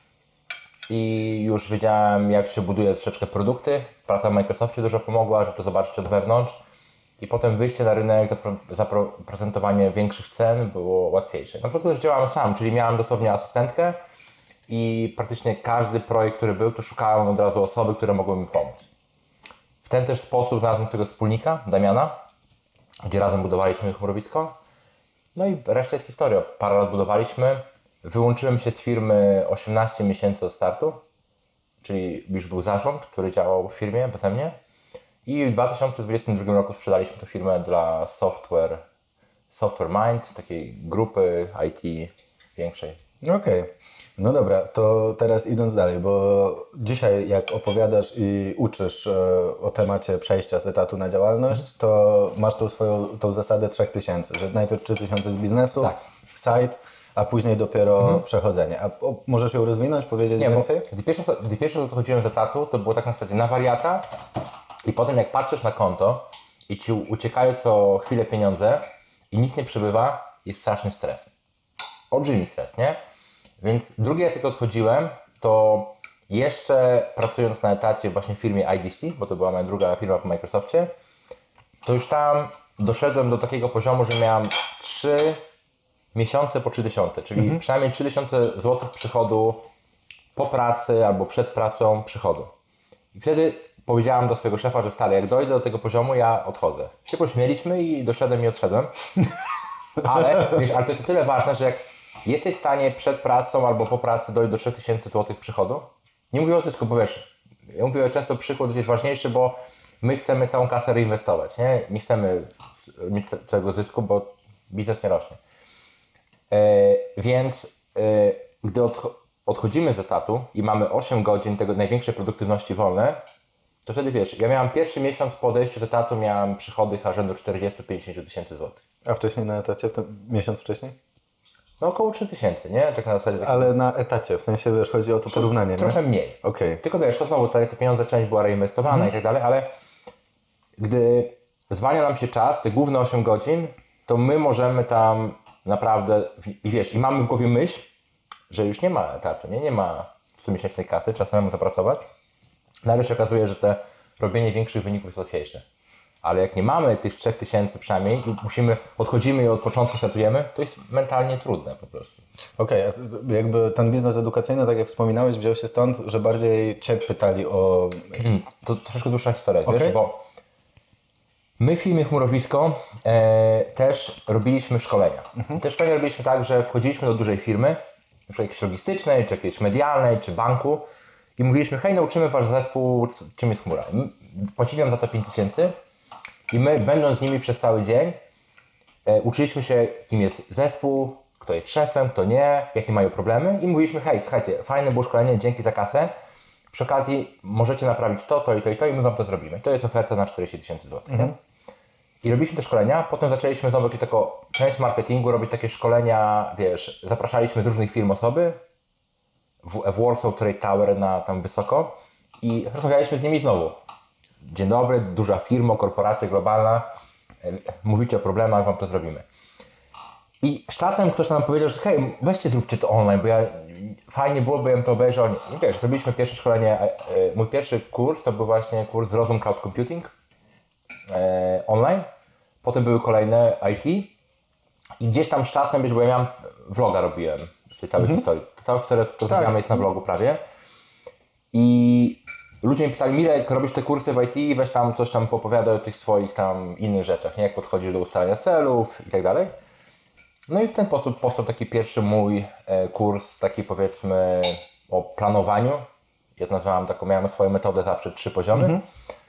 Speaker 1: i już wiedziałem, jak się buduje troszeczkę produkty. Praca w Microsoftie dużo pomogła, żeby to zobaczyć od wewnątrz. I potem wyjście na rynek, zaprezentowanie większych cen było łatwiejsze. Na początku też działałem sam, czyli miałem dosłownie asystentkę i praktycznie każdy projekt, który był, to szukałem od razu osoby, które mogły mi pomóc. W ten też sposób znalazłem swojego wspólnika, Damiana, gdzie razem budowaliśmy chmurowisko. No i reszta jest historia. Parę lat budowaliśmy. Wyłączyłem się z firmy 18 miesięcy od startu, czyli już był zarząd, który działał w firmie beze mnie. I w 2022 roku sprzedaliśmy tę firmę dla Software Mind, takiej grupy IT większej.
Speaker 2: Okej. No dobra, to teraz idąc dalej, bo dzisiaj jak opowiadasz i uczysz o temacie przejścia z etatu na działalność, to masz tą zasadę 3000, że najpierw 3000 z biznesu,
Speaker 1: Tak.
Speaker 2: site, a później dopiero przechodzenie. A możesz ją rozwinąć, powiedzieć
Speaker 1: Nie, bo
Speaker 2: więcej?
Speaker 1: gdy pierwszy raz odchodziłem z etatu, to było tak na zasadzie na wariata i potem jak patrzysz na konto i ci uciekają co chwilę pieniądze i nic nie przybywa, jest straszny stres. Olbrzymi stres, nie? Więc drugi raz jak odchodziłem, to jeszcze pracując na etacie właśnie w firmie IDC, bo to była moja druga firma po Microsoftie, to już tam doszedłem do takiego poziomu, że miałem 3 miesiące po 3000, czyli przynajmniej 3000 zł przychodu po pracy albo przed pracą przychodu. I wtedy powiedziałem do swojego szefa, że stary, jak dojdę do tego poziomu, ja odchodzę. Się pośmieliśmy i doszedłem i odszedłem. Ale wiesz, ale to jest o tyle ważne, że jak jesteś w stanie przed pracą albo po pracy dojść do 3000 zł przychodu, nie mówię o zysku, bo wiesz, ja mówię często przychód jest ważniejszy, bo my chcemy całą kasę reinwestować, nie chcemy mieć całego zysku, bo biznes nie rośnie. Więc gdy odchodzimy z etatu i mamy 8 godzin tego największej produktywności wolne, to wtedy wiesz, ja miałem pierwszy miesiąc po odejściu z etatu, miałem przychody rzędu 40-50 tysięcy złotych.
Speaker 2: A wcześniej na etacie, miesiąc wcześniej?
Speaker 1: No około 3000, nie? Tak na zasadzie.
Speaker 2: Ale na etacie, w sensie wiesz, chodzi o to porównanie, nie?
Speaker 1: Trochę mniej.
Speaker 2: Okej.
Speaker 1: Tylko wiesz, to znowu te pieniądze, część była reinwestowana i tak dalej, ale gdy zwalnia nam się czas, te główne 8 godzin, to my możemy tam naprawdę, i wiesz, i mamy w głowie myśl, że już nie ma etatu, nie ma comiesięcznej kasy, trzeba samemu zapracować. Nagle się okazuje, że te robienie większych wyników jest łatwiejsze. Ale jak nie mamy tych 3000 przynajmniej i odchodzimy i od początku startujemy, to jest mentalnie trudne po prostu.
Speaker 2: Okej, a jakby ten biznes edukacyjny, tak jak wspominałeś, wziął się stąd, że bardziej Cię pytali o...
Speaker 1: To troszeczkę dłuższa historia,
Speaker 2: Okej.
Speaker 1: wiesz, bo my w firmie Chmurowisko też robiliśmy szkolenia. I te szkolenia robiliśmy tak, że wchodziliśmy do dużej firmy, na przykład jakiejś logistycznej, czy jakiejś medialnej, czy banku i mówiliśmy, hej, nauczymy wasz zespół, czym jest chmura. I płacili nam za to 5000 i my, będąc z nimi przez cały dzień, uczyliśmy się, kim jest zespół, kto jest szefem, kto nie, jakie mają problemy i mówiliśmy, hej, słuchajcie, fajne było szkolenie, dzięki za kasę, przy okazji możecie naprawić to i to i to i my wam to zrobimy. To jest oferta na 40 000 złotych. Nie? I robiliśmy te szkolenia, potem zaczęliśmy znowu jako część marketingu robić takie szkolenia, wiesz, zapraszaliśmy z różnych firm osoby w Warsaw Trade Tower na tam wysoko i rozmawialiśmy z nimi znowu. Dzień dobry, duża firma, korporacja globalna, mówicie o problemach, wam to zrobimy. I z czasem ktoś nam powiedział, że hej, weźcie zróbcie to online, bo fajnie byłoby, bym to obejrzał. I wiesz, zrobiliśmy pierwsze szkolenie, mój pierwszy kurs to był właśnie kurs Zrozum Cloud Computing online. Potem były kolejne IT i gdzieś tam z czasem, wiesz, bo ja miałem vloga robiłem z tej całej historii. To cała historia, to zrobiamy jest na vlogu prawie. I ludzie mi pytali, Mirek, robisz te kursy w IT, weź tam coś tam popowiadaj o tych swoich tam innych rzeczach, nie? Jak podchodzisz do ustalania celów i tak dalej. No i w ten sposób powstał taki pierwszy mój kurs, taki powiedzmy o planowaniu. Ja to nazwałem taką, miałem swoją metodę zawsze 3 poziomy.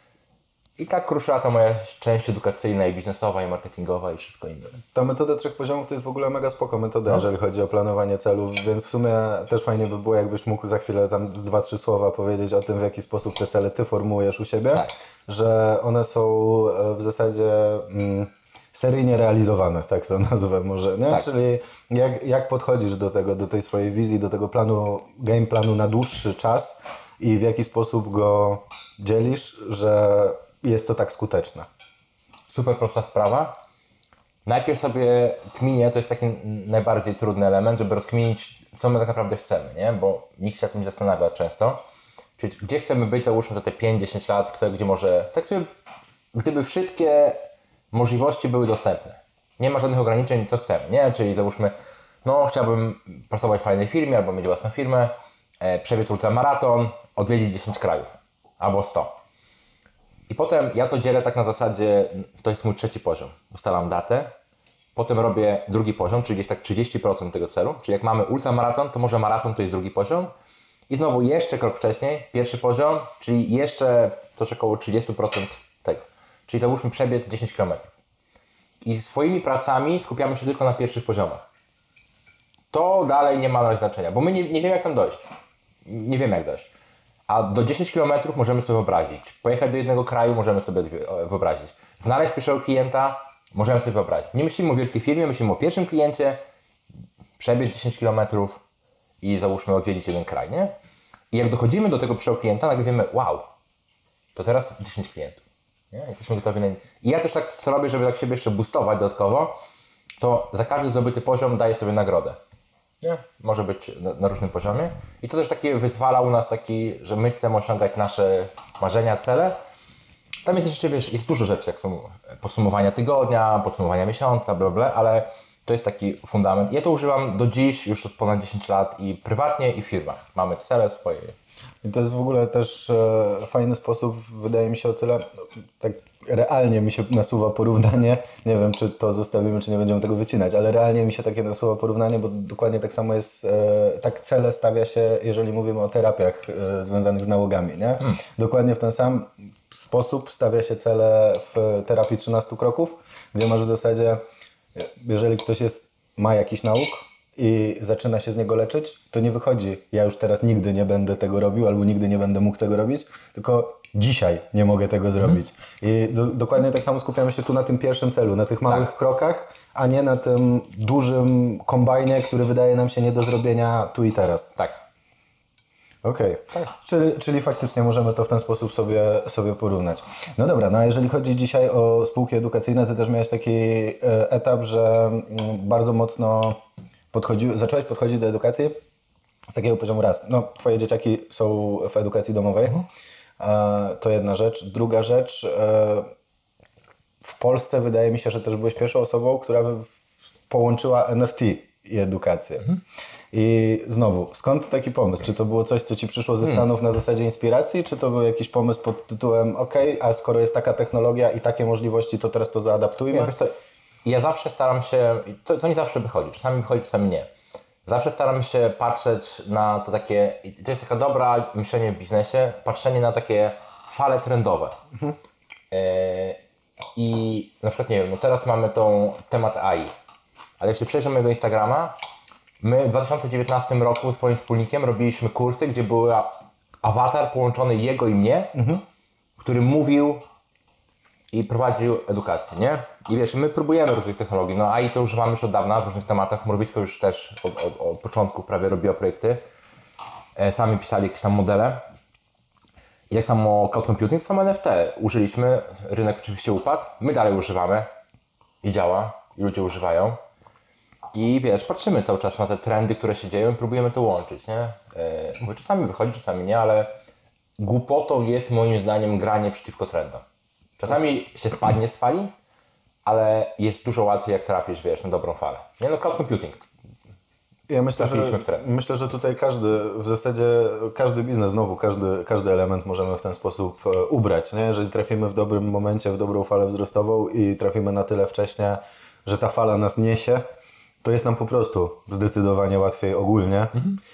Speaker 1: I tak ruszyła ta moja część edukacyjna i biznesowa i marketingowa i wszystko inne.
Speaker 2: Ta metoda 3 poziomów to jest w ogóle mega spoko metoda, jeżeli chodzi o planowanie celów, więc w sumie też fajnie by było, jakbyś mógł za chwilę tam z 2-3 słowa powiedzieć o tym, w jaki sposób te cele Ty formułujesz u siebie,
Speaker 1: Tak.
Speaker 2: że one są w zasadzie seryjnie realizowane, tak to nazwę może, nie?
Speaker 1: Tak.
Speaker 2: Czyli jak podchodzisz do tego, do tej swojej wizji, do tego planu, game planu na dłuższy czas i w jaki sposób go dzielisz, że jest to tak skuteczne.
Speaker 1: Super prosta sprawa. Najpierw sobie kminię, to jest taki najbardziej trudny element, żeby rozkminić, co my tak naprawdę chcemy, nie? Bo nikt się o tym nie zastanawia często. Czyli gdzie chcemy być, załóżmy za te 5-10 lat, kto gdzie może... Tak sobie, gdyby wszystkie możliwości były dostępne. Nie ma żadnych ograniczeń, co chcemy, nie? Czyli załóżmy, no chciałbym pracować w fajnej firmie albo mieć własną firmę, przebiec ultramaraton, odwiedzić 10 krajów albo 100. I potem ja to dzielę tak na zasadzie, to jest mój trzeci poziom. Ustalam datę, potem robię drugi poziom, czyli gdzieś tak 30% tego celu. Czyli jak mamy ultramaraton, to może maraton to jest drugi poziom. I znowu jeszcze krok wcześniej, pierwszy poziom, czyli jeszcze coś około 30% tego. Czyli załóżmy przebiec 10 km. I swoimi pracami skupiamy się tylko na pierwszych poziomach. To dalej nie ma znaczenia, bo my nie wiemy jak tam dojść. Nie wiemy jak dojść. A do 10 km możemy sobie wyobrazić. Pojechać do jednego kraju możemy sobie wyobrazić. Znaleźć pierwszego klienta możemy sobie wyobrazić. Nie myślimy o wielkiej firmie, myślimy o pierwszym kliencie, przebiec 10 km i załóżmy odwiedzić jeden kraj, nie? I jak dochodzimy do tego pierwszego klienta, nagle wiemy, wow, to teraz 10 klientów. Nie? Jesteśmy gotowi na... I ja też tak co robię, żeby tak siebie jeszcze boostować dodatkowo, to za każdy zdobyty poziom daję sobie nagrodę. Nie? Może być na różnym poziomie. I to też takie wyzwala u nas taki, że my chcemy osiągać nasze marzenia, cele. Tam jest jeszcze, wiesz, jest dużo rzeczy, jak są podsumowania tygodnia, podsumowania miesiąca, bla, bla, ale to jest taki fundament. Ja to używam do dziś, już od ponad 10 lat i prywatnie, i w firmach. Mamy cele swoje.
Speaker 2: I to jest w ogóle też fajny sposób, wydaje mi się o tyle, tak realnie mi się nasuwa porównanie, nie wiem czy to zostawimy, czy nie będziemy tego wycinać, ale realnie mi się takie nasuwa porównanie, bo dokładnie tak samo jest, tak cele stawia się, jeżeli mówimy o terapiach związanych z nałogami, nie? Dokładnie w ten sam sposób stawia się cele w terapii 13 kroków, gdzie masz w zasadzie, jeżeli ktoś ma jakiś nauk i zaczyna się z niego leczyć, to nie wychodzi, ja już teraz nigdy nie będę tego robił albo nigdy nie będę mógł tego robić, tylko dzisiaj nie mogę tego zrobić. I dokładnie tak samo skupiamy się tu na tym pierwszym celu, na tych małych krokach, a nie na tym dużym kombajnie, który wydaje nam się nie do zrobienia tu i teraz.
Speaker 1: Tak.
Speaker 2: Okej, czyli faktycznie możemy to w ten sposób sobie porównać. No dobra, no a jeżeli chodzi dzisiaj o spółki edukacyjne, ty też miałeś taki etap, że bardzo mocno zacząłeś podchodzić do edukacji z takiego poziomu raz. No, twoje dzieciaki są w edukacji domowej, to jedna rzecz. Druga rzecz, w Polsce wydaje mi się, że też byłeś pierwszą osobą, która połączyła NFT i edukację. I znowu, skąd taki pomysł? Czy to było coś, co ci przyszło ze Stanów na zasadzie inspiracji, czy to był jakiś pomysł pod tytułem a skoro jest taka technologia i takie możliwości, to teraz to zaadaptujmy?
Speaker 1: Nie, wiesz co, ja zawsze staram się, to nie zawsze wychodzi, czasami wychodzi, czasami nie. Zawsze staram się patrzeć na to takie, i to jest taka dobra myślenie w biznesie, patrzenie na takie fale trendowe. I na przykład, nie wiem, no teraz mamy temat AI, ale jeśli przejrzymy mojego Instagrama, my w 2019 roku z swoim wspólnikiem robiliśmy kursy, gdzie był awatar połączony jego i mnie, który mówił i prowadził edukację, nie? I wiesz, my próbujemy różnych technologii, no AI to używamy już od dawna w różnych tematach, Mrowisko już też od początku prawie robiło projekty, sami pisali jakieś tam modele. I tak samo cloud computing, samo NFT użyliśmy, rynek oczywiście upadł, my dalej używamy i działa, i ludzie używają. I wiesz, patrzymy cały czas na te trendy, które się dzieją i próbujemy to łączyć, nie? Mówię, czasami wychodzi, czasami nie, ale głupotą jest moim zdaniem granie przeciwko trendom. Czasami się nie spali, ale jest dużo łatwiej jak trafisz, wiesz, na dobrą falę. Nie no, cloud computing.
Speaker 2: Ja
Speaker 1: Trafiliśmy w trend.
Speaker 2: myślę, że tutaj w zasadzie każdy biznes, znowu każdy element możemy w ten sposób ubrać, nie? Jeżeli trafimy w dobrym momencie, w dobrą falę wzrostową i trafimy na tyle wcześnie, że ta fala nas niesie, to jest nam po prostu zdecydowanie łatwiej ogólnie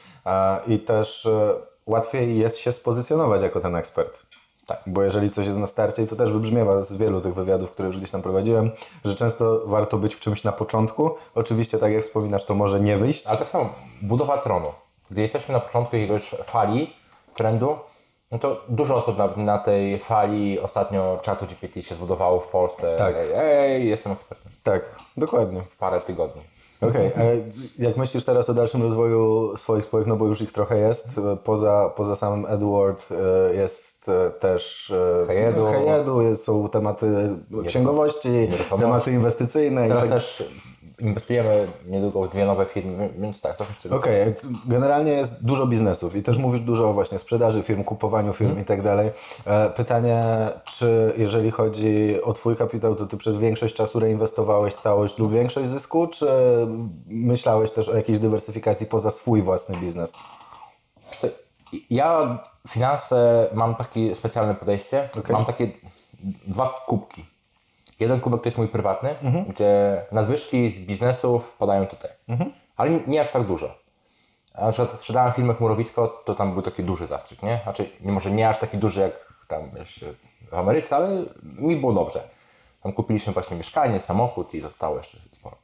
Speaker 2: i też łatwiej jest się spozycjonować jako ten ekspert.
Speaker 1: Tak.
Speaker 2: Bo jeżeli coś jest na starcie, i to też wybrzmiewa z wielu tych wywiadów, które już gdzieś tam prowadziłem, że często warto być w czymś na początku. Oczywiście, tak jak wspominasz, to może nie wyjść.
Speaker 1: Ale tak samo, budowa tronu. Gdy jesteśmy na początku jakiegoś fali, trendu, no to dużo osób na tej fali ostatnio czatu GPT się zbudowało w Polsce.
Speaker 2: Tak.
Speaker 1: Jestem ekspertem.
Speaker 2: Tak, dokładnie.
Speaker 1: W parę tygodni.
Speaker 2: Okej, a jak myślisz teraz o dalszym rozwoju swoich spółek, no bo już ich trochę jest, poza samym Edward jest też
Speaker 1: Heyedu,
Speaker 2: są tematy księgowości, tematy inwestycyjne.
Speaker 1: Teraz też inwestujemy niedługo w 2 nowe firmy, więc tak, trochę czego.
Speaker 2: Okej, generalnie jest dużo biznesów i też mówisz dużo o właśnie sprzedaży firm, kupowaniu firm i tak dalej. Pytanie, czy jeżeli chodzi o Twój kapitał, to Ty przez większość czasu reinwestowałeś całość lub większość zysku, czy myślałeś też o jakiejś dywersyfikacji poza swój własny biznes?
Speaker 1: Ja finanse mam takie specjalne podejście,
Speaker 2: Okej.
Speaker 1: mam takie 2 kubki. Jeden kubek to jest mój prywatny, gdzie nadwyżki z biznesu wpadają tutaj. Ale nie aż tak dużo. A na przykład sprzedałem firmę Mrowisko, to tam był taki duży zastrzyk, nie? Znaczy, może nie aż taki duży jak tam wiesz, w Ameryce, ale mi było dobrze. Tam kupiliśmy właśnie mieszkanie, samochód i zostało jeszcze sporo.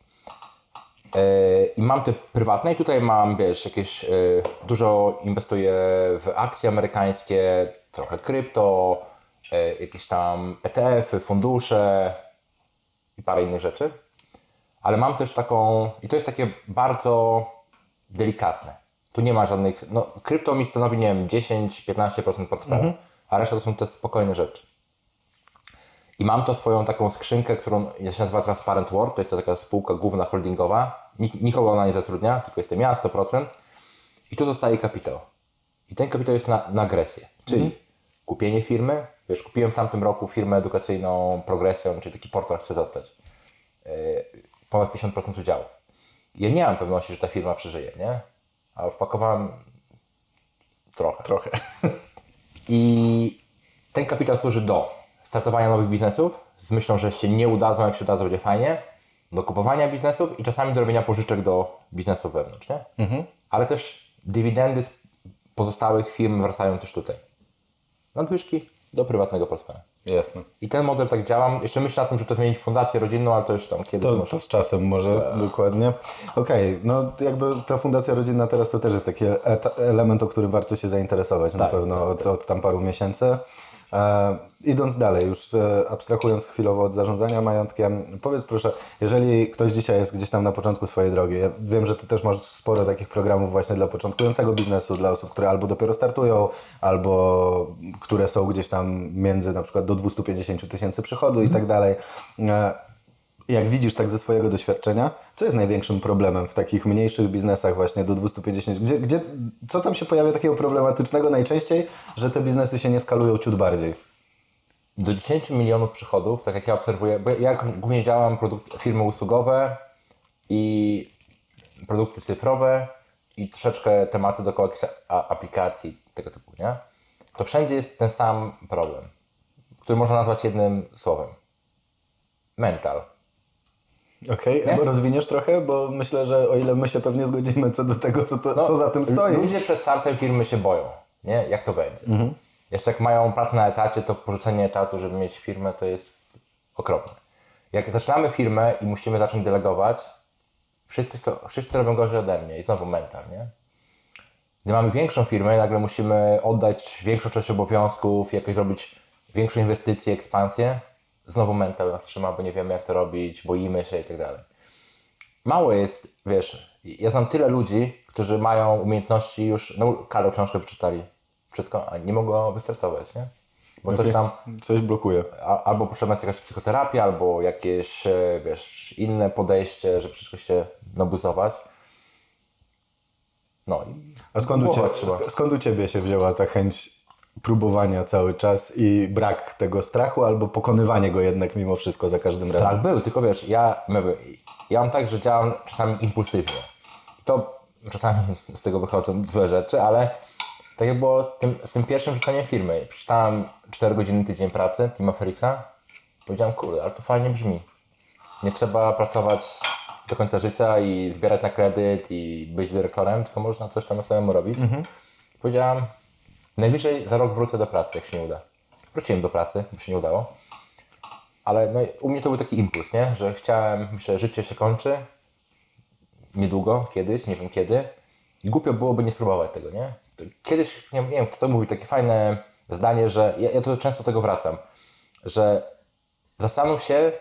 Speaker 1: I mam te prywatne i tutaj mam, wiesz, jakieś dużo inwestuję w akcje amerykańskie, trochę krypto, jakieś tam ETF-y, fundusze i parę innych rzeczy. Ale mam też taką, i to jest takie bardzo delikatne. Tu nie ma żadnych, no krypto mi stanowi, nie wiem, 10-15% portfela, a reszta to są te spokojne rzeczy. I mam to swoją taką skrzynkę, którą się nazywa Transparent World, to jest to taka spółka główna holdingowa, nikogo ona nie zatrudnia, tylko jestem ja 100% i tu zostaje kapitał. I ten kapitał jest na agresję, czyli kupienie firmy, wiesz, kupiłem w tamtym roku firmę edukacyjną Progression, czyli taki portal chce zostać, ponad 50% udziału. Ja nie mam pewności, że ta firma przeżyje, nie? Ale wpakowałem trochę. I ten kapitał służy do startowania nowych biznesów z myślą, że się nie udadzą, jak się udadzą, będzie fajnie, do kupowania biznesów i czasami do robienia pożyczek do biznesów wewnątrz, nie? Ale też dywidendy z pozostałych firm wracają też tutaj. Nadwyżki do prywatnego portfela.
Speaker 2: Jasne.
Speaker 1: I ten model tak działa. Jeszcze myślę na tym, żeby to zmienić w fundację rodzinną, ale to już tam kiedyś
Speaker 2: To
Speaker 1: może.
Speaker 2: z czasem może, dokładnie. Okej, no jakby ta fundacja rodzinna teraz to też jest taki element, o którym warto się zainteresować na pewno od tam paru miesięcy. Idąc dalej, już abstrahując chwilowo od zarządzania majątkiem, powiedz proszę, jeżeli ktoś dzisiaj jest gdzieś tam na początku swojej drogi, ja wiem, że Ty też masz sporo takich programów właśnie dla początkującego biznesu, dla osób, które albo dopiero startują, albo które są gdzieś tam między na przykład do 250 tysięcy przychodu i tak dalej. Jak widzisz tak ze swojego doświadczenia, co jest największym problemem w takich mniejszych biznesach właśnie do 250? Co tam się pojawia takiego problematycznego najczęściej, że te biznesy się nie skalują ciut bardziej?
Speaker 1: Do 10 milionów przychodów, tak jak ja obserwuję, bo ja głównie działam firmy usługowe i produkty cyfrowe i troszeczkę tematy dookoła jakichś aplikacji tego typu, nie? To wszędzie jest ten sam problem, który można nazwać jednym słowem. Mental.
Speaker 2: Okej, rozwiniesz trochę, bo myślę, że o ile my się pewnie zgodzimy co do tego, co za tym stoi.
Speaker 1: Ludzie przed startem firmy się boją, nie? Jak to będzie. Jeszcze jak mają pracę na etacie, to porzucenie etatu, żeby mieć firmę, to jest okropne. Jak zaczynamy firmę i musimy zacząć delegować, wszyscy robią gorzej ode mnie i znowu mental, nie? Gdy mamy większą firmę, nagle musimy oddać większą część obowiązków, jakoś zrobić większą inwestycję, ekspansję, znowu mental nas trzyma, bo nie wiemy jak to robić, boimy się i tak dalej. Mało jest, wiesz, ja znam tyle ludzi, którzy mają umiejętności już, no Karol książkę przeczytali, wszystko, a nie mogą wystartować, nie? Bo coś tam,
Speaker 2: Coś blokuje.
Speaker 1: albo potrzebna jest jakaś psychoterapia, albo jakieś, wiesz, inne podejście, żeby wszystko się nabuzować. No i
Speaker 2: A skąd u Ciebie się wzięła ta chęć próbowania cały czas i brak tego strachu, albo pokonywanie go jednak mimo wszystko za każdym razem?
Speaker 1: Tak był, tylko wiesz, ja mam tak, że działam czasami impulsywnie. To czasami z tego wychodzą złe rzeczy, ale tak jak było z tym pierwszym rzuceniem firmy. Przeczytałem 4 godziny tydzień pracy Tima Ferrisa. Powiedziałem, kurde, ale to fajnie brzmi. Nie trzeba pracować do końca życia i zbierać na kredyt i być dyrektorem, tylko można coś tam samemu robić. Powiedziałem, najwyżej za rok wrócę do pracy, jak się nie uda. Wróciłem do pracy, bo się nie udało. Ale no, u mnie to był taki impuls, nie? Że chciałem, myślę, że życie się kończy. Niedługo, kiedyś, nie wiem kiedy. I głupio byłoby nie spróbować tego, nie? Kiedyś, nie wiem, kto to mówił, takie fajne zdanie, że ja to często do tego wracam, że zastanów się,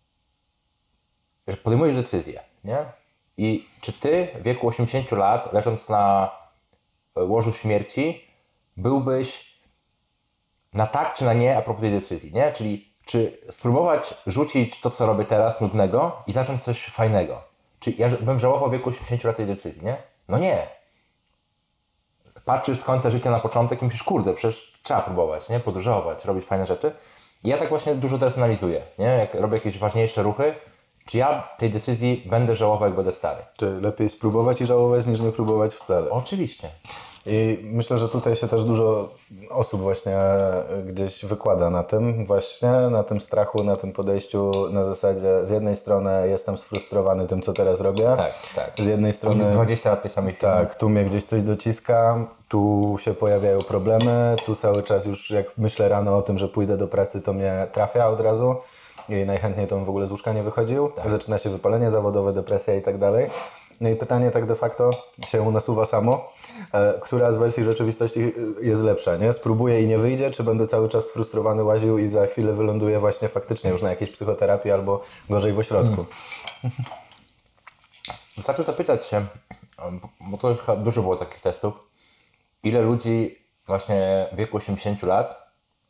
Speaker 1: że podejmujesz decyzję, nie? I czy ty w wieku 80 lat, leżąc na łożu śmierci, byłbyś na tak czy na nie a propos tej decyzji, nie? Czyli czy spróbować rzucić to, co robię teraz, nudnego i zacząć coś fajnego. Czy ja bym żałował w wieku 80 lat tej decyzji, nie? No nie. Patrzysz z końca życia na początek i myślisz, kurde, przecież trzeba próbować, nie? Podróżować, robić fajne rzeczy. I ja tak właśnie dużo teraz analizuję, nie? Jak robię jakieś ważniejsze ruchy, czy ja tej decyzji będę żałował, jak będę stary.
Speaker 2: Czy lepiej spróbować i żałować, niż nie próbować wcale?
Speaker 1: Oczywiście.
Speaker 2: I myślę, że tutaj się też dużo osób właśnie gdzieś wykłada na tym właśnie, na tym strachu, na tym podejściu na zasadzie z jednej strony jestem sfrustrowany tym, co teraz robię.
Speaker 1: Tak.
Speaker 2: Z jednej strony
Speaker 1: 20 lat tej samej firmy.
Speaker 2: tak, tu mnie gdzieś coś dociska, tu się pojawiają problemy, tu cały czas już jak myślę rano o tym, że pójdę do pracy, to mnie trafia od razu i najchętniej to bym w ogóle z łóżka nie wychodził. Zaczyna się wypalenie zawodowe, depresja i tak dalej. No i pytanie tak de facto się nasuwa samo, która z wersji rzeczywistości jest lepsza, nie? Spróbuję i nie wyjdzie, czy będę cały czas sfrustrowany łaził i za chwilę wyląduję właśnie faktycznie już na jakiejś psychoterapii albo gorzej w ośrodku.
Speaker 1: Wystarczy zapytać się, bo to już chyba dużo było takich testów, ile ludzi właśnie w wieku 80 lat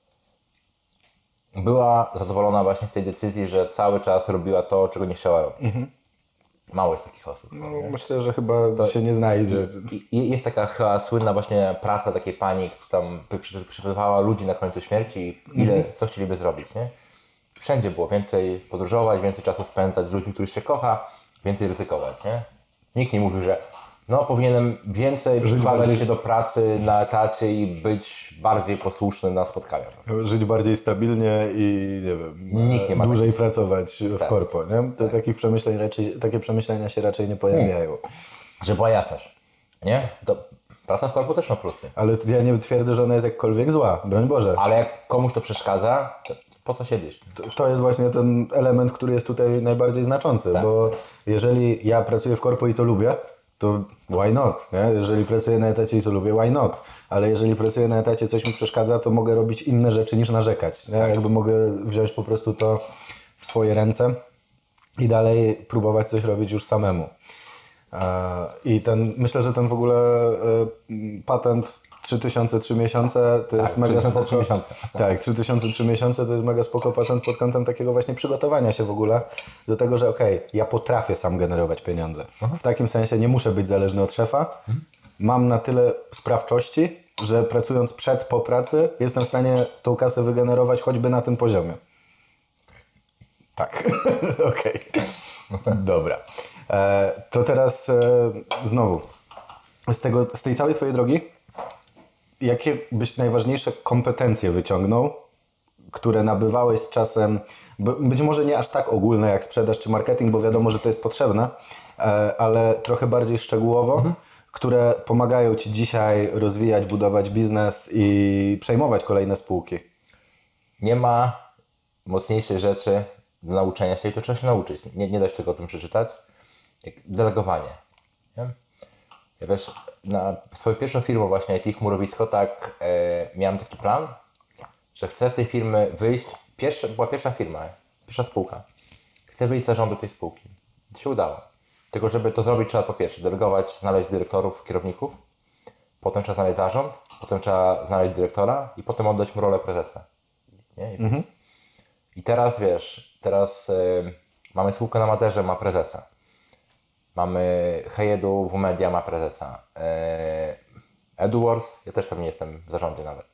Speaker 1: była zadowolona właśnie z tej decyzji, że cały czas robiła to, czego nie chciała robić. Mało jest takich osób.
Speaker 2: No, myślę, że chyba to się nie znajdzie.
Speaker 1: I jest taka chyba słynna właśnie prasa takiej pani, która tam przypytywała ludzi na końcu śmierci, co chcieliby zrobić, nie? Wszędzie było więcej podróżować, więcej czasu spędzać z ludźmi, których się kocha, więcej ryzykować, nie? Nikt nie mówił, że no powinienem więcej przykładać się do pracy na etacie i być bardziej posłuszny na spotkaniach.
Speaker 2: Żyć bardziej stabilnie i nie wiem,
Speaker 1: Nikt nie ma
Speaker 2: dłużej pracować w korpo, nie? To takich przemyśleń takie przemyślenia się raczej nie pojawiają.
Speaker 1: Żeby była jasność, nie? To praca w korpo też ma plusy.
Speaker 2: Ale ja nie twierdzę, że ona jest jakkolwiek zła, broń Boże.
Speaker 1: Ale jak komuś to przeszkadza, po co siedzieć?
Speaker 2: To jest właśnie ten element, który jest tutaj najbardziej znaczący,
Speaker 1: Tak.
Speaker 2: bo jeżeli ja pracuję w korpo i to lubię, to why not, nie? Jeżeli pracuję na etacie i to lubię, why not? Ale jeżeli pracuję na etacie, coś mi przeszkadza, to mogę robić inne rzeczy niż narzekać, nie? Jakby mogę wziąć po prostu to w swoje ręce i dalej próbować coś robić już samemu. I myślę, że ten w ogóle patent 3000 3 miesiące to jest mega
Speaker 1: 3000
Speaker 2: spoko.
Speaker 1: 3 miesiące.
Speaker 2: Tak, 3000 3 miesiące to jest mega spoko patent pod kątem takiego właśnie przygotowania się w ogóle do tego, że okej, ja potrafię sam generować pieniądze. W takim sensie nie muszę być zależny od szefa. Mam na tyle sprawczości, że pracując po pracy jestem w stanie tą kasę wygenerować choćby na tym poziomie. Tak, okej. Dobra. To teraz znowu, z tej całej twojej drogi, jakie byś najważniejsze kompetencje wyciągnął, które nabywałeś z czasem, być może nie aż tak ogólne jak sprzedaż czy marketing, bo wiadomo, że to jest potrzebne, ale trochę bardziej szczegółowo, które pomagają ci dzisiaj rozwijać, budować biznes i przejmować kolejne spółki?
Speaker 1: Nie ma mocniejszej rzeczy do nauczenia się i to trzeba się nauczyć. Nie da się tego o tym przeczytać. Jak delegowanie. Nie? Ja wiesz, na swoją pierwszą firmę właśnie IT Chmurowisko, tak miałem taki plan, że chcę z tej firmy wyjść, była pierwsza firma, pierwsza spółka. Chcę wyjść z zarządu tej spółki. To się udało. Tylko żeby to zrobić, trzeba po pierwsze delegować, znaleźć dyrektorów, kierowników, potem trzeba znaleźć zarząd, potem trzeba znaleźć dyrektora i potem oddać mu rolę prezesa. Nie? I teraz wiesz, mamy spółkę na Maderze, ma prezesa. Mamy Hejedu, WMedia ma prezesa. EduWars, ja też tam nie jestem w zarządzie nawet.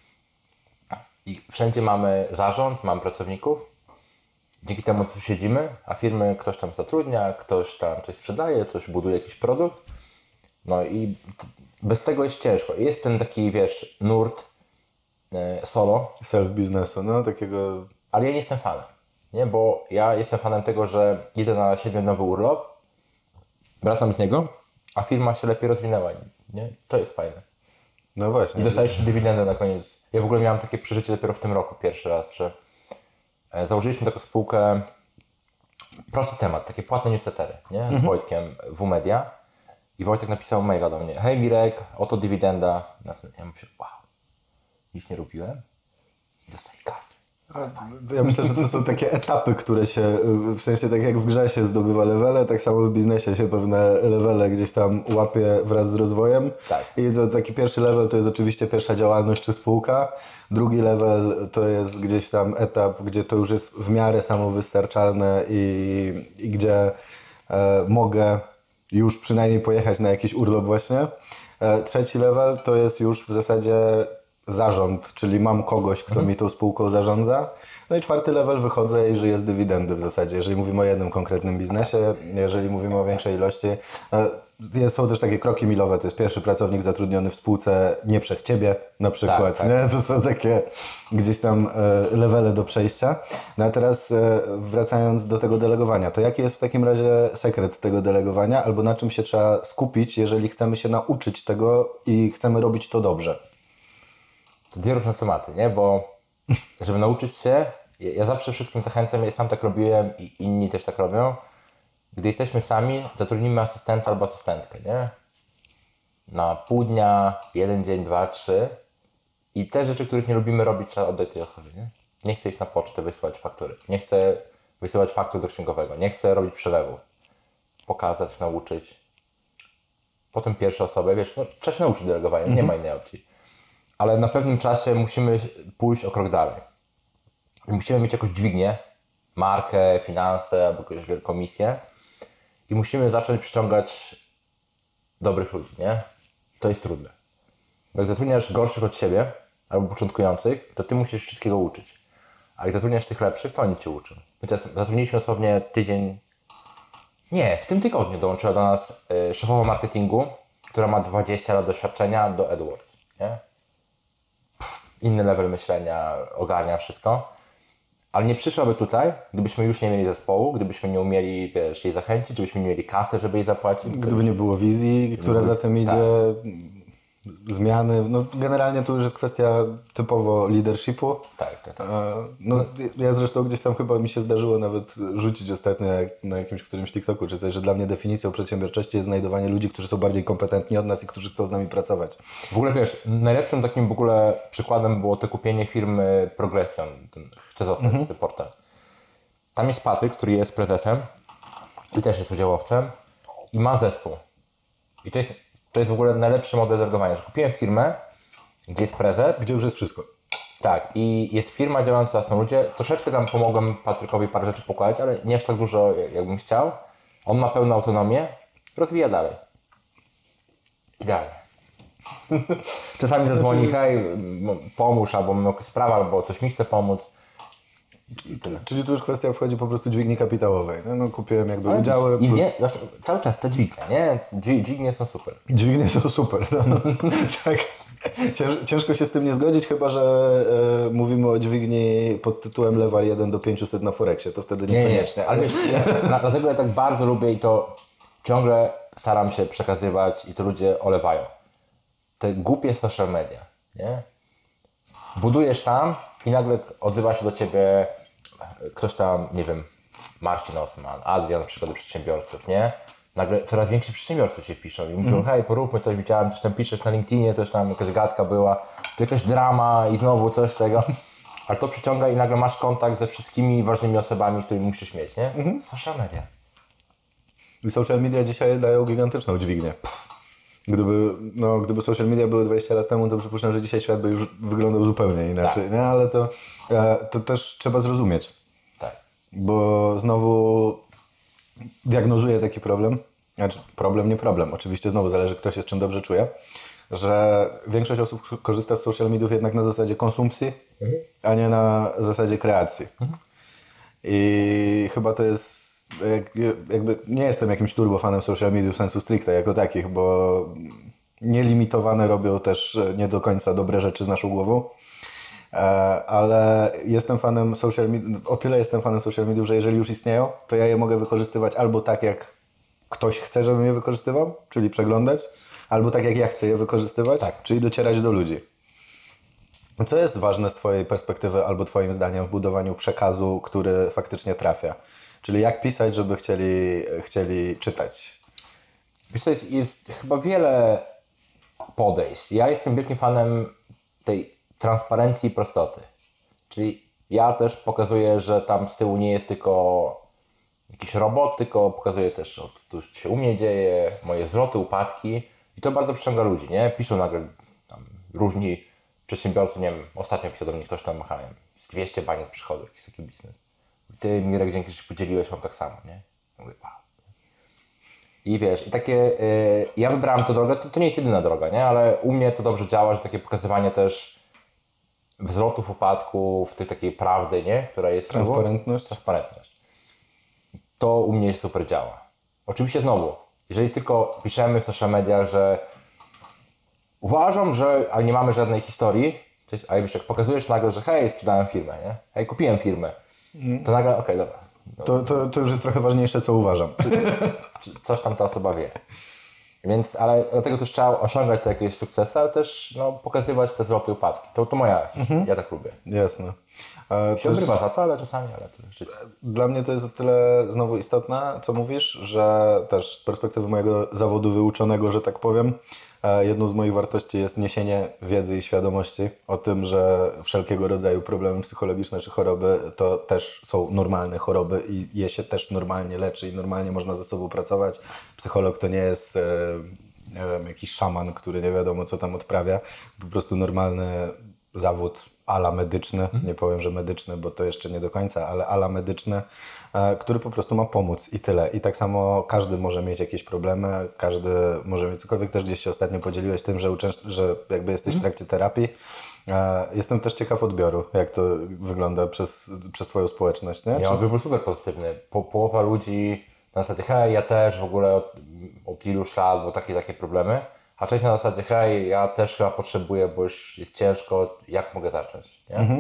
Speaker 1: I wszędzie mamy zarząd, mamy pracowników. Dzięki temu tu siedzimy, a firmy ktoś tam zatrudnia, ktoś tam coś sprzedaje, coś buduje, jakiś produkt. No i bez tego jest ciężko. Jest ten taki, wiesz, nurt solo,
Speaker 2: Self-biznesu, no takiego...
Speaker 1: ale ja nie jestem fanem. Nie? Bo ja jestem fanem tego, że idę na 7-dniowy urlop, wracam z niego, a firma się lepiej rozwinęła. Nie? To jest fajne.
Speaker 2: No właśnie.
Speaker 1: I dostajesz dywidendę na koniec. Ja w ogóle miałem takie przeżycie dopiero w tym roku, pierwszy raz, że założyliśmy taką spółkę, prosty temat, takie płatne newslettery, nie? Z Wojtkiem WMedia. I Wojtek napisał maila do mnie: hej Mirek, oto dywidenda. Ja myślę, wow, nic nie robiłem, dostaję kasę.
Speaker 2: Ja myślę, że to są takie etapy, które się, w sensie tak jak w grze się zdobywa levele, tak samo w biznesie się pewne levele gdzieś tam łapie wraz z rozwojem.
Speaker 1: Tak.
Speaker 2: I to taki pierwszy level to jest oczywiście pierwsza działalność czy spółka. Drugi level to jest gdzieś tam etap, gdzie to już jest w miarę samowystarczalne i gdzie mogę już przynajmniej pojechać na jakiś urlop właśnie. Trzeci level to jest już w zasadzie zarząd, czyli mam kogoś, kto mi tą spółką zarządza. No i czwarty level wychodzę i żyję z dywidendy w zasadzie, jeżeli mówimy o jednym konkretnym biznesie, jeżeli mówimy o większej ilości. Są też takie kroki milowe, to jest pierwszy pracownik zatrudniony w spółce nie przez Ciebie na przykład,
Speaker 1: tak.
Speaker 2: nie? To są takie gdzieś tam levele do przejścia. No a teraz wracając do tego delegowania, to jaki jest w takim razie sekret tego delegowania albo na czym się trzeba skupić, jeżeli chcemy się nauczyć tego i chcemy robić to dobrze?
Speaker 1: To dwie różne tematy, nie? Bo żeby nauczyć się, ja zawsze wszystkim zachęcam, ja sam tak robiłem i inni też tak robią. Gdy jesteśmy sami, zatrudnimy asystenta albo asystentkę, nie? Na pół dnia, 1 dzień, 2, 3 i te rzeczy, których nie lubimy robić, trzeba oddać tej osobie, nie? Nie chcę iść na pocztę, wysyłać faktury, nie chcę wysyłać faktur do księgowego, nie chcę robić przelewów, pokazać, nauczyć. Potem pierwsza osoba, wiesz, no, trzeba się nauczyć delegowania, nie ma innej opcji. Ale na pewnym czasie musimy pójść o krok dalej. Musimy mieć jakąś dźwignię, markę, finanse albo jakąś wielką misję i musimy zacząć przyciągać dobrych ludzi, nie? To jest trudne. Bo jak zatrudniasz gorszych od siebie albo początkujących, to ty musisz wszystkiego uczyć. A jak zatrudniasz tych lepszych, to oni cię uczą. My teraz zatrudniliśmy dosłownie tydzień... Nie, w tym tygodniu dołączyła do nas szefowa marketingu, która ma 20 lat doświadczenia do EduWars, nie? Inny level myślenia, ogarnia wszystko, ale nie przyszłaby tutaj, gdybyśmy już nie mieli zespołu, gdybyśmy nie umieli, wiesz, jej zachęcić, gdybyśmy nie mieli kasy, żeby jej zapłacić.
Speaker 2: Gdyby nie było wizji, która za tym idzie, zmiany. No, generalnie tu już jest kwestia typowo leadershipu.
Speaker 1: Tak, tak, tak.
Speaker 2: No, ja zresztą gdzieś tam chyba mi się zdarzyło nawet rzucić ostatnio na jakimś którymś TikToku czy coś, że dla mnie definicją przedsiębiorczości jest znajdowanie ludzi, którzy są bardziej kompetentni od nas i którzy chcą z nami pracować.
Speaker 1: W ogóle wiesz, najlepszym takim w ogóle przykładem było to kupienie firmy Progression, ten Chcę zostać, ten portal. Tam jest Patryk, który jest prezesem i też jest udziałowcem i ma zespół. I to jest w ogóle najlepszy model delegowania, że kupiłem firmę, gdzie jest prezes,
Speaker 2: Gdzie już jest wszystko.
Speaker 1: tak, i jest firma działająca, są ludzie. Troszeczkę tam pomogłem Patrykowi parę rzeczy pokładać, ale nie aż tak dużo, jakbym chciał. On ma pełną autonomię, rozwija dalej. Idealnie. Czasami zadzwoni, hej, pomóż, albo mam jakąś sprawę, albo coś mi chce pomóc. I tyle.
Speaker 2: Czyli tu już kwestia wchodzi po prostu dźwigni kapitałowej. No, kupiłem jakby udziały.
Speaker 1: I nie, właśnie, cały czas te dźwignie, nie? Dźwignie są super.
Speaker 2: Dźwignie są super. No. Tak. Ciężko się z tym nie zgodzić, chyba że mówimy o dźwigni pod tytułem lewal 1 do 500 na Forexie, to wtedy niekoniecznie.
Speaker 1: Ale wiesz, dlatego ja tak bardzo lubię i to ciągle staram się przekazywać i to ludzie olewają. Te głupie social media, nie? Budujesz tam i nagle odzywa się do ciebie ktoś tam, nie wiem, Marcin Osman, Adrian, przykłady przedsiębiorców, nie? Nagle coraz więksi przedsiębiorcy cię piszą i mówią, hej, poróbmy coś, widziałem, coś tam piszesz na LinkedInie, coś tam, jakaś gadka była, to jakaś drama i znowu coś tego. Ale to przyciąga i nagle masz kontakt ze wszystkimi ważnymi osobami, którymi musisz mieć, nie? Social media.
Speaker 2: I social media dzisiaj dają gigantyczną dźwignię. Gdyby social media były 20 lat temu, to przypuszczam, że dzisiaj świat by już wyglądał zupełnie inaczej,
Speaker 1: Tak.
Speaker 2: nie? Ale to też trzeba zrozumieć,
Speaker 1: Tak.
Speaker 2: bo znowu diagnozuję taki problem, znaczy problem, nie problem, oczywiście znowu zależy kto się z czym dobrze czuje, że większość osób korzysta z social mediów jednak na zasadzie konsumpcji, a nie na zasadzie kreacji. I chyba to jest, jakby nie jestem jakimś turbofanem social mediów w sensu stricte jako takich, bo nielimitowane robią też nie do końca dobre rzeczy z naszą głową. Ale jestem fanem social mediów, o tyle jestem fanem social mediów, że jeżeli już istnieją, to ja je mogę wykorzystywać albo tak jak ktoś chce, żebym je wykorzystywał, czyli przeglądać, albo tak jak ja chcę je wykorzystywać,
Speaker 1: Tak.
Speaker 2: czyli docierać do ludzi. Co jest ważne z Twojej perspektywy albo Twoim zdaniem w budowaniu przekazu, który faktycznie trafia? Czyli jak pisać, żeby chcieli czytać?
Speaker 1: Wiesz, to jest chyba wiele podejść. Ja jestem wielkim fanem tej transparencji i prostoty. Czyli ja też pokazuję, że tam z tyłu nie jest tylko jakiś robot, tylko pokazuję też, co się u mnie dzieje, moje wzloty, upadki. I to bardzo przyciąga ludzi, nie? Piszą nagle tam różni przedsiębiorcy, nie wiem, ostatnio pisał do mnie ktoś tam, machałem, z 200 baniek przychodów, jakiś taki biznes. Ty, Mirek, dzięki, że się podzieliłeś, mam tak samo, nie? Ja mówię, wow. I wiesz, i takie, ja wybrałem tę drogę, to nie jest jedyna droga, nie? Ale u mnie to dobrze działa, że takie pokazywanie też wzlotów, upadków, tej takiej prawdy, nie? Która jest...
Speaker 2: Transparentność?
Speaker 1: Transparentność. To u mnie super działa. Oczywiście znowu, jeżeli tylko piszemy w social mediach, że uważam, że, ale nie mamy żadnej historii, to jest, a jak pokazujesz nagle, że hej, sprzedałem firmę, nie? Hej, kupiłem firmę, to nagle, okej, dobra.
Speaker 2: To już jest trochę ważniejsze, co uważam.
Speaker 1: Coś tam ta osoba wie. Więc, ale dlatego też trzeba osiągać te jakieś sukcesy, ale też no, pokazywać te wzloty i upadki. To moja historia, ja tak lubię.
Speaker 2: Jasne.
Speaker 1: Się odgrywa za to, ale czasami, ale to życie.
Speaker 2: Dla mnie to jest o tyle znowu istotne, co mówisz, że też z perspektywy mojego zawodu wyuczonego, że tak powiem, jedną z moich wartości jest niesienie wiedzy i świadomości o tym, że wszelkiego rodzaju problemy psychologiczne czy choroby to też są normalne choroby i je się też normalnie leczy i normalnie można ze sobą pracować. Psycholog to nie jest nie wiem, jakiś szaman, który nie wiadomo co tam odprawia, po prostu normalny zawód ala medyczny, nie powiem, że medyczny, bo to jeszcze nie do końca, ale ala medyczny, który po prostu ma pomóc i tyle. I tak samo każdy może mieć jakieś problemy, każdy może mieć cokolwiek. Też gdzieś się ostatnio podzieliłeś tym, że jakby jesteś w trakcie terapii. Jestem też ciekaw odbioru, jak to wygląda przez Twoją społeczność, nie?
Speaker 1: Ja odbiór był super pozytywny. Połowa ludzi na zasadzie, hej, ja też w ogóle od iluś lat, bo takie problemy. A część na zasadzie, hej, ja też chyba potrzebuję, bo już jest ciężko, jak mogę zacząć, nie?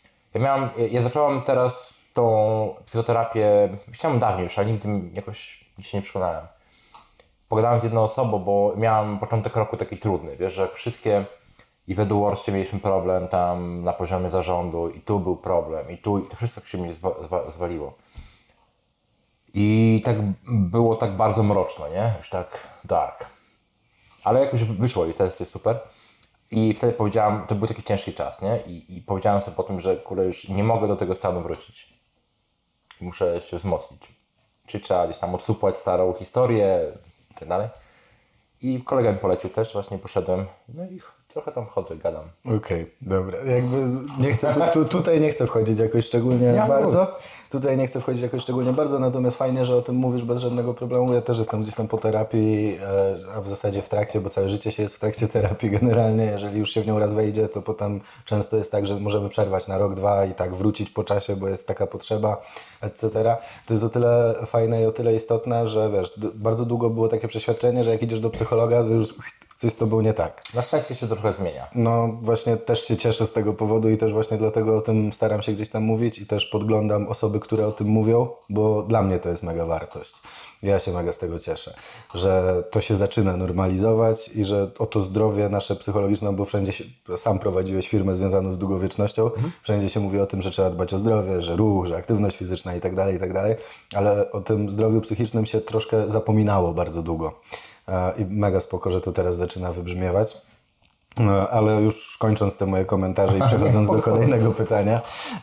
Speaker 1: Ja zacząłem teraz tą psychoterapię, chciałem dawniej już, ale nigdy jakoś się nie przekonałem. pogadałem z jedną osobą, bo miałem początek roku taki trudny, wiesz, że wszystkie i w AdWordsie mieliśmy problem tam na poziomie zarządu i tu był problem i tu i to wszystko się mi zwaliło. I tak było tak bardzo mroczno, nie? Już tak dark. Ale jakoś wyszło i to jest super. I wtedy powiedziałam, to był taki ciężki czas, nie? I powiedziałem sobie po tym, że kurde, już nie mogę do tego stanu wrócić. Muszę się wzmocnić. Czyli trzeba gdzieś tam odsupłać starą historię i tak dalej. I kolega mi polecił też, właśnie poszedłem. No i trochę tam chodzę, gadam.
Speaker 2: Okej, dobra. Jakby nie chcę, tutaj nie chcę wchodzić jakoś szczególnie bardzo. Tutaj nie chcę wchodzić jakoś szczególnie bardzo, natomiast fajnie, że o tym mówisz bez żadnego problemu. Ja też jestem gdzieś tam po terapii, a w zasadzie w trakcie, bo całe życie się jest w trakcie terapii generalnie. Jeżeli już się w nią raz wejdzie, to potem często jest tak, że możemy przerwać na rok, dwa i tak wrócić po czasie, bo jest taka potrzeba, etc. To jest o tyle fajne i o tyle istotne, że wiesz, bardzo długo było takie przeświadczenie, że jak idziesz do psychologa, to już coś z tobą nie tak.
Speaker 1: Na szczęście się trochę zmienia.
Speaker 2: No właśnie też się cieszę z tego powodu i też właśnie dlatego o tym staram się gdzieś tam mówić i też podglądam osoby, które o tym mówią, bo dla mnie to jest mega wartość. Ja się mega z tego cieszę, że to się zaczyna normalizować i że o to zdrowie nasze psychologiczne, bo wszędzie się, sam prowadziłeś firmę związaną z długowiecznością, wszędzie się mówi o tym, że trzeba dbać o zdrowie, że ruch, że aktywność fizyczna i tak dalej, ale o tym zdrowiu psychicznym się troszkę zapominało bardzo długo. I mega spoko, że to teraz zaczyna wybrzmiewać. Ale już kończąc te moje komentarze i przechodząc do kolejnego pytania,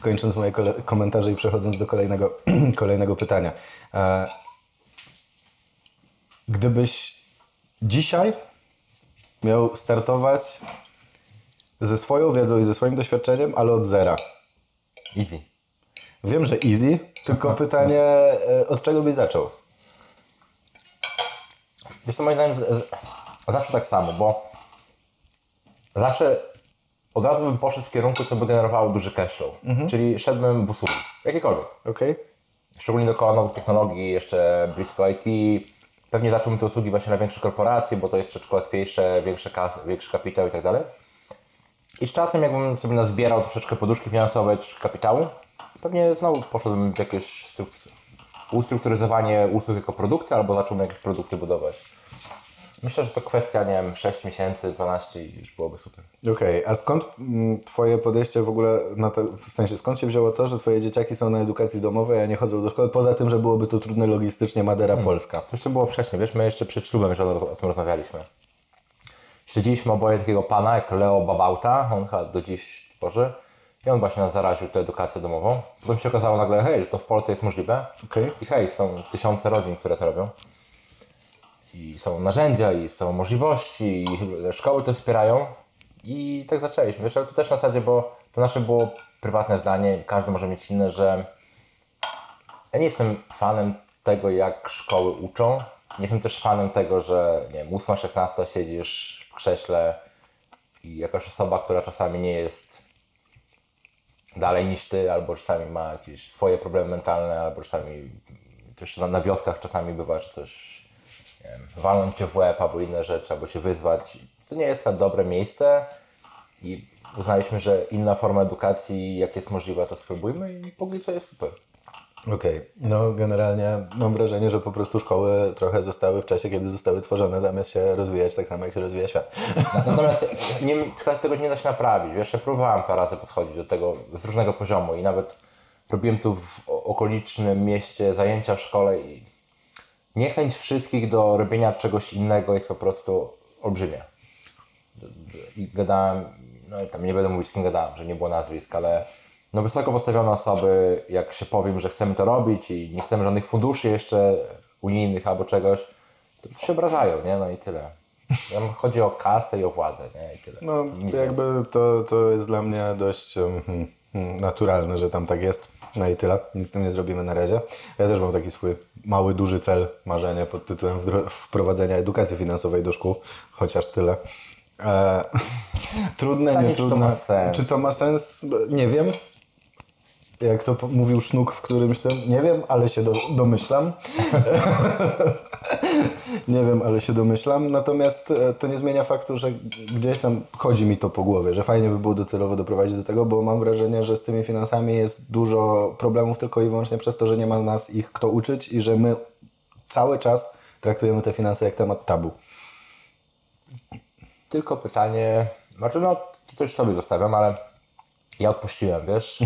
Speaker 2: kolejnego pytania. Gdybyś dzisiaj miał startować ze swoją wiedzą i ze swoim doświadczeniem, ale od zera.
Speaker 1: Easy.
Speaker 2: Wiem, że easy, tylko pytanie, od czego byś zaczął?
Speaker 1: Wiesz co, moim zdaniem zawsze tak samo, bo zawsze od razu bym poszedł w kierunku, co by generowało duży cashflow. Czyli szedłbym w usługi, jakiekolwiek.
Speaker 2: Okej.
Speaker 1: Szczególnie dookoła nowych technologii, jeszcze blisko IT. Pewnie zacząłbym te usługi właśnie na większe korporacje, bo to jest troszeczkę łatwiejsze, większy kapitał i tak dalej. I z czasem jakbym sobie nazbierał troszeczkę poduszki finansowej czy kapitału, pewnie znowu poszedłbym w jakieś ustrukturyzowanie usług jako produkty, albo zacząłbym jakieś produkty budować. Myślę, że to kwestia, nie wiem, 6 miesięcy, 12 i już byłoby super.
Speaker 2: Okej, a skąd twoje podejście w ogóle, w sensie skąd się wzięło to, że twoje dzieciaki są na edukacji domowej, a nie chodzą do szkoły, poza tym, że byłoby to trudne logistycznie, Madera Polska?
Speaker 1: To jeszcze było wcześniej, wiesz, my jeszcze przed ślubem już o tym rozmawialiśmy. Śledziliśmy oboje takiego pana jak Leo Babauta, on chyba do dziś tworzy. I on właśnie nas zaraził tę edukację domową. Potem się okazało nagle, hej, że to w Polsce jest możliwe.
Speaker 2: Okej.
Speaker 1: I hej, są tysiące rodzin, które to robią. I są narzędzia, i są możliwości, i szkoły to wspierają. I tak zaczęliśmy. Wiesz, ale to też na zasadzie, bo to nasze było prywatne zdanie, każdy może mieć inne, że ja nie jestem fanem tego, jak szkoły uczą. Nie jestem też fanem tego, że nie wiem, 8-16 siedzisz w krześle i jakaś osoba, która czasami nie jest dalej niż ty, albo czasami ma jakieś swoje problemy mentalne, albo czasami też na wioskach czasami bywa, że coś, nie wiem, walną cię w łeb, albo inne rzeczy, albo cię wyzwać. To nie jest chyba dobre miejsce i uznaliśmy, że inna forma edukacji, jak jest możliwa, to spróbujmy i póki co jest super.
Speaker 2: Okej, no generalnie mam wrażenie, że po prostu szkoły trochę zostały w czasie, kiedy zostały tworzone, zamiast się rozwijać tak samo, jak się rozwija świat.
Speaker 1: Natomiast tego nie da się naprawić. Wiesz, ja próbowałem parę razy podchodzić do tego z różnego poziomu i nawet robiłem tu w okolicznym mieście zajęcia w szkole i niechęć wszystkich do robienia czegoś innego jest po prostu olbrzymia. I gadałem, no i tam nie będę mówić, z kim gadałem, że nie było nazwisk, ale no wysoko postawione osoby, jak się powiem, że chcemy to robić i nie chcemy żadnych funduszy jeszcze unijnych albo czegoś, to się obrażają, nie? No i tyle. Tam chodzi o kasę i o władzę, nie? I tyle.
Speaker 2: No
Speaker 1: Nic
Speaker 2: jakby to jest dla mnie dość naturalne, że tam tak jest. No i tyle. Nic z tym nie zrobimy na razie. Ja też mam taki swój mały, duży cel, marzenie pod tytułem wprowadzenia edukacji finansowej do szkół, chociaż tyle. Trudne,
Speaker 1: Pytanie,
Speaker 2: nie trudne.
Speaker 1: czy to ma sens?
Speaker 2: Czy to ma sens? Nie wiem. Jak to mówił Sznuk w którymś tym, nie wiem, ale się domyślam. Nie wiem, ale się domyślam. Natomiast to nie zmienia faktu, że gdzieś tam chodzi mi to po głowie, że fajnie by było docelowo doprowadzić do tego, bo mam wrażenie, że z tymi finansami jest dużo problemów tylko i wyłącznie przez to, że nie ma nas ich kto uczyć i że my cały czas traktujemy te finanse jak temat tabu.
Speaker 1: Tylko pytanie, znaczy no to już sobie zostawiam, ale ja odpuściłem, wiesz,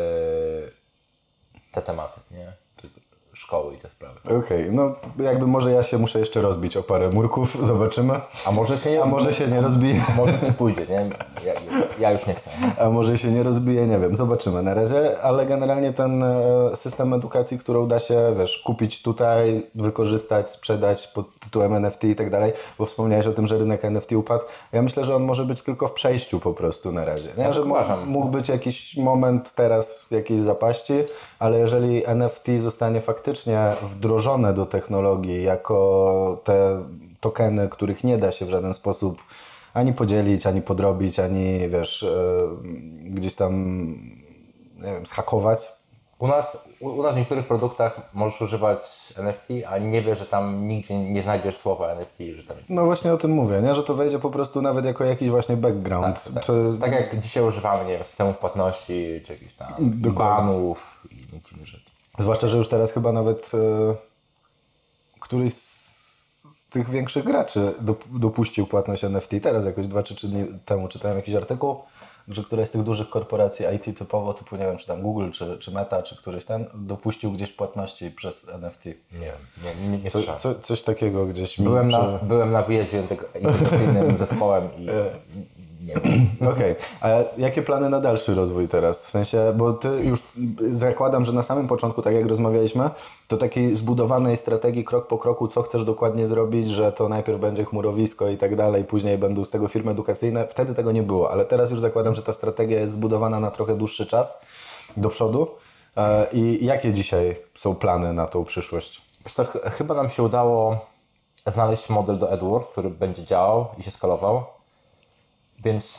Speaker 1: te tematy, nie? Szkoły i te sprawy.
Speaker 2: Okej, no jakby może ja się muszę jeszcze rozbić o parę murków, zobaczymy.
Speaker 1: A może się nie,
Speaker 2: rozbije.
Speaker 1: Może nie pójdzie, nie? Ja już nie chcę. Nie?
Speaker 2: A może się nie rozbije, nie wiem, zobaczymy na razie, ale generalnie ten system edukacji, który uda się, wiesz, kupić tutaj, wykorzystać, sprzedać pod tytułem NFT i tak dalej, bo wspomniałeś o tym, że rynek NFT upadł, ja myślę, że on może być tylko w przejściu po prostu na razie, nie? Że mógł być jakiś moment teraz w jakiejś zapaści, ale jeżeli NFT zostanie faktycznie wdrożone do technologii jako te tokeny, których nie da się w żaden sposób ani podzielić, ani podrobić, ani wiesz, gdzieś tam, nie wiem, zhakować.
Speaker 1: U nas w niektórych produktach możesz używać NFT, a nie wiesz, że tam nigdzie nie znajdziesz słowa NFT, że tam jest.
Speaker 2: No właśnie o tym mówię, nie? Że to wejdzie po prostu nawet jako jakiś właśnie background.
Speaker 1: Tak jak dzisiaj używamy, nie wiem, systemów płatności, czy jakichś tam banów i innych rzeczy.
Speaker 2: Zwłaszcza, że już teraz chyba nawet któryś z tych większych graczy dopuścił płatność NFT. Teraz jakoś 2 czy 3 dni temu czytałem jakiś artykuł, że któraś z tych dużych korporacji IT typowo, typu nie wiem, czy tam Google, czy Meta, czy któryś ten, dopuścił gdzieś płatności przez NFT.
Speaker 1: Nie słyszałem.
Speaker 2: Coś takiego gdzieś mi...
Speaker 1: Byłem na wyjeździe integracyjnym zespołem i nie wiem.
Speaker 2: Okej, a jakie plany na dalszy rozwój teraz? W sensie, bo ty już zakładam, że na samym początku, tak jak rozmawialiśmy, to takiej zbudowanej strategii krok po kroku, co chcesz dokładnie zrobić, że to najpierw będzie chmurowisko i tak dalej, później będą z tego firmy edukacyjne. Wtedy tego nie było, ale teraz już zakładam, że ta strategia jest zbudowana na trochę dłuższy czas do przodu. I jakie dzisiaj są plany na tą przyszłość?
Speaker 1: Wiesz co, chyba nam się udało znaleźć model do AdWords, który będzie działał i się skalował. Więc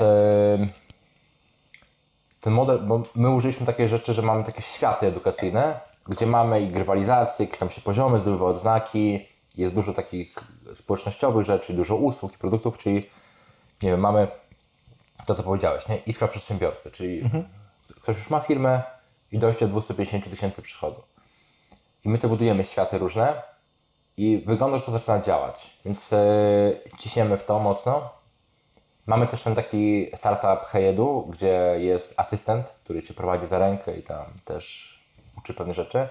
Speaker 1: ten model, bo my użyliśmy takiej rzeczy, że mamy takie światy edukacyjne, gdzie mamy i grywalizację, jakieś tam się poziomy, zdobywa odznaki, jest dużo takich społecznościowych rzeczy, dużo usług i produktów, czyli nie wiem, mamy to, co powiedziałeś, nie? Iskra przedsiębiorcy, czyli ktoś już ma firmę i dojście do 250 tysięcy przychodu. I my to budujemy światy różne i wygląda, że to zaczyna działać, więc ciśniemy w to mocno. Mamy też ten taki startup Heyedu, gdzie jest asystent, który Cię prowadzi za rękę i tam też uczy pewne rzeczy.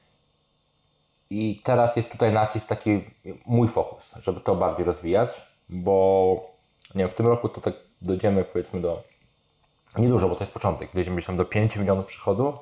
Speaker 1: I teraz jest tutaj nacisk taki, mój fokus, żeby to bardziej rozwijać, bo nie wiem, w tym roku to tak dojdziemy powiedzmy do, niedużo, bo to jest początek, dojdziemy gdzieś tam do 5 milionów przychodu,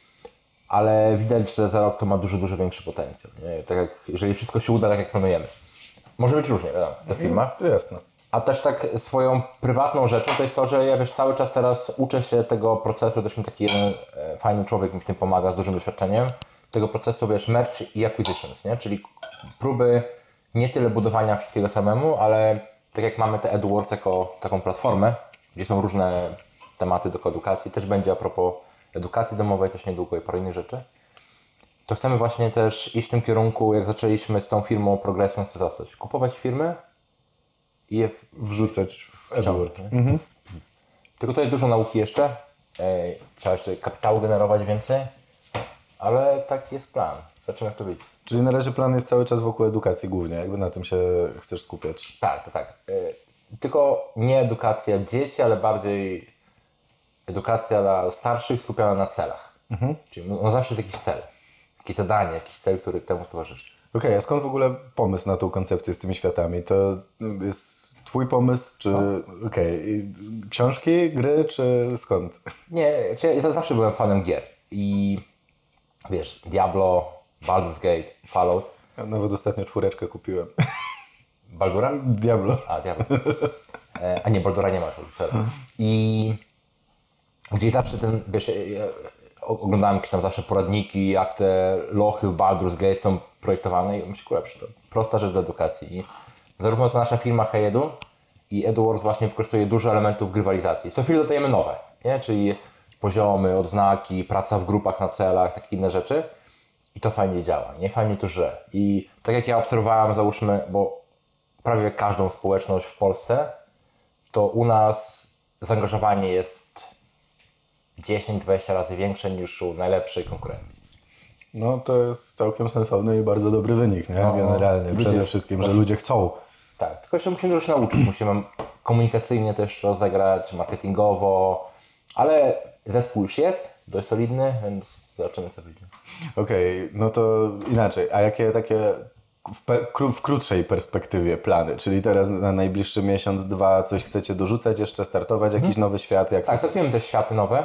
Speaker 1: ale widać, że za rok to ma dużo większy potencjał. Nie? Tak jak, jeżeli wszystko się uda tak jak planujemy. Może być różnie, wiadomo, w tych firmach.
Speaker 2: Jasne.
Speaker 1: A też tak swoją prywatną rzeczą to jest to, że ja wiesz, cały czas teraz uczę się tego procesu, też mi taki jeden fajny człowiek mi w tym pomaga z dużym doświadczeniem, tego procesu wiesz, merch i acquisitions, nie? Czyli próby nie tyle budowania wszystkiego samemu, ale tak jak mamy te AdWords jako taką platformę, gdzie są różne tematy do edukacji, też będzie a propos edukacji domowej coś niedługo i parę innych rzeczy, to chcemy właśnie też iść w tym kierunku, jak zaczęliśmy z tą firmą Progresją, chcę zostać, kupować firmy i je
Speaker 2: wrzucać w AdWords.
Speaker 1: Tylko to jest dużo nauki jeszcze. Trzeba jeszcze kapitału generować więcej, ale taki jest plan. Zobaczymy, jak to wyjdzie.
Speaker 2: Czyli na razie plan jest cały czas wokół edukacji głównie, jakby na tym się chcesz skupiać.
Speaker 1: Tak. Tylko nie edukacja dzieci, ale bardziej edukacja dla starszych skupiona na celach. Czyli no zawsze jest jakiś cel, jakieś zadanie, jakiś cel, który temu towarzyszy.
Speaker 2: Okej, a skąd w ogóle pomysł na tą koncepcję z tymi światami? To jest Twój pomysł, czy książki, gry, czy skąd?
Speaker 1: Nie, ja zawsze byłem fanem gier i wiesz, Diablo, Baldur's Gate, Fallout.
Speaker 2: Ja nawet ostatnio 4 kupiłem.
Speaker 1: Baldura?
Speaker 2: Diablo.
Speaker 1: A, Diablo. A nie, Baldura nie ma, sorry. I gdzieś zawsze ten, wiesz, ja oglądałem jakieś tam zawsze poradniki, jak te lochy w Baldur's Gate są projektowane i myślę, kurwa, to prosta rzecz do edukacji. I zarówno to nasza firma Heyedu i AdWords właśnie wykorzystuje dużo elementów grywalizacji. Co chwilę dodajemy nowe, nie? Czyli poziomy, odznaki, praca w grupach na celach, takie inne rzeczy. I to fajnie działa, nie? Fajnie to żre. I tak jak ja obserwowałem, załóżmy, bo prawie każdą społeczność w Polsce, to u nas zaangażowanie jest 10-20 razy większe niż u najlepszej konkurencji.
Speaker 2: No to jest całkiem sensowny i bardzo dobry wynik, nie?
Speaker 1: No,
Speaker 2: Generalnie,
Speaker 1: ludzie-
Speaker 2: przede wszystkim, że ludzie chcą.
Speaker 1: Tak, tylko jeszcze musimy też nauczyć, musimy komunikacyjnie też rozegrać, marketingowo, ale zespół już jest, dość solidny, więc zobaczymy co wyjdzie.
Speaker 2: Okej, no to inaczej. A jakie takie w krótszej perspektywie plany? Czyli teraz na najbliższy miesiąc, dwa coś chcecie dorzucać, jeszcze startować, jakiś nowy świat? Jak
Speaker 1: Tak, startujemy też światy nowe.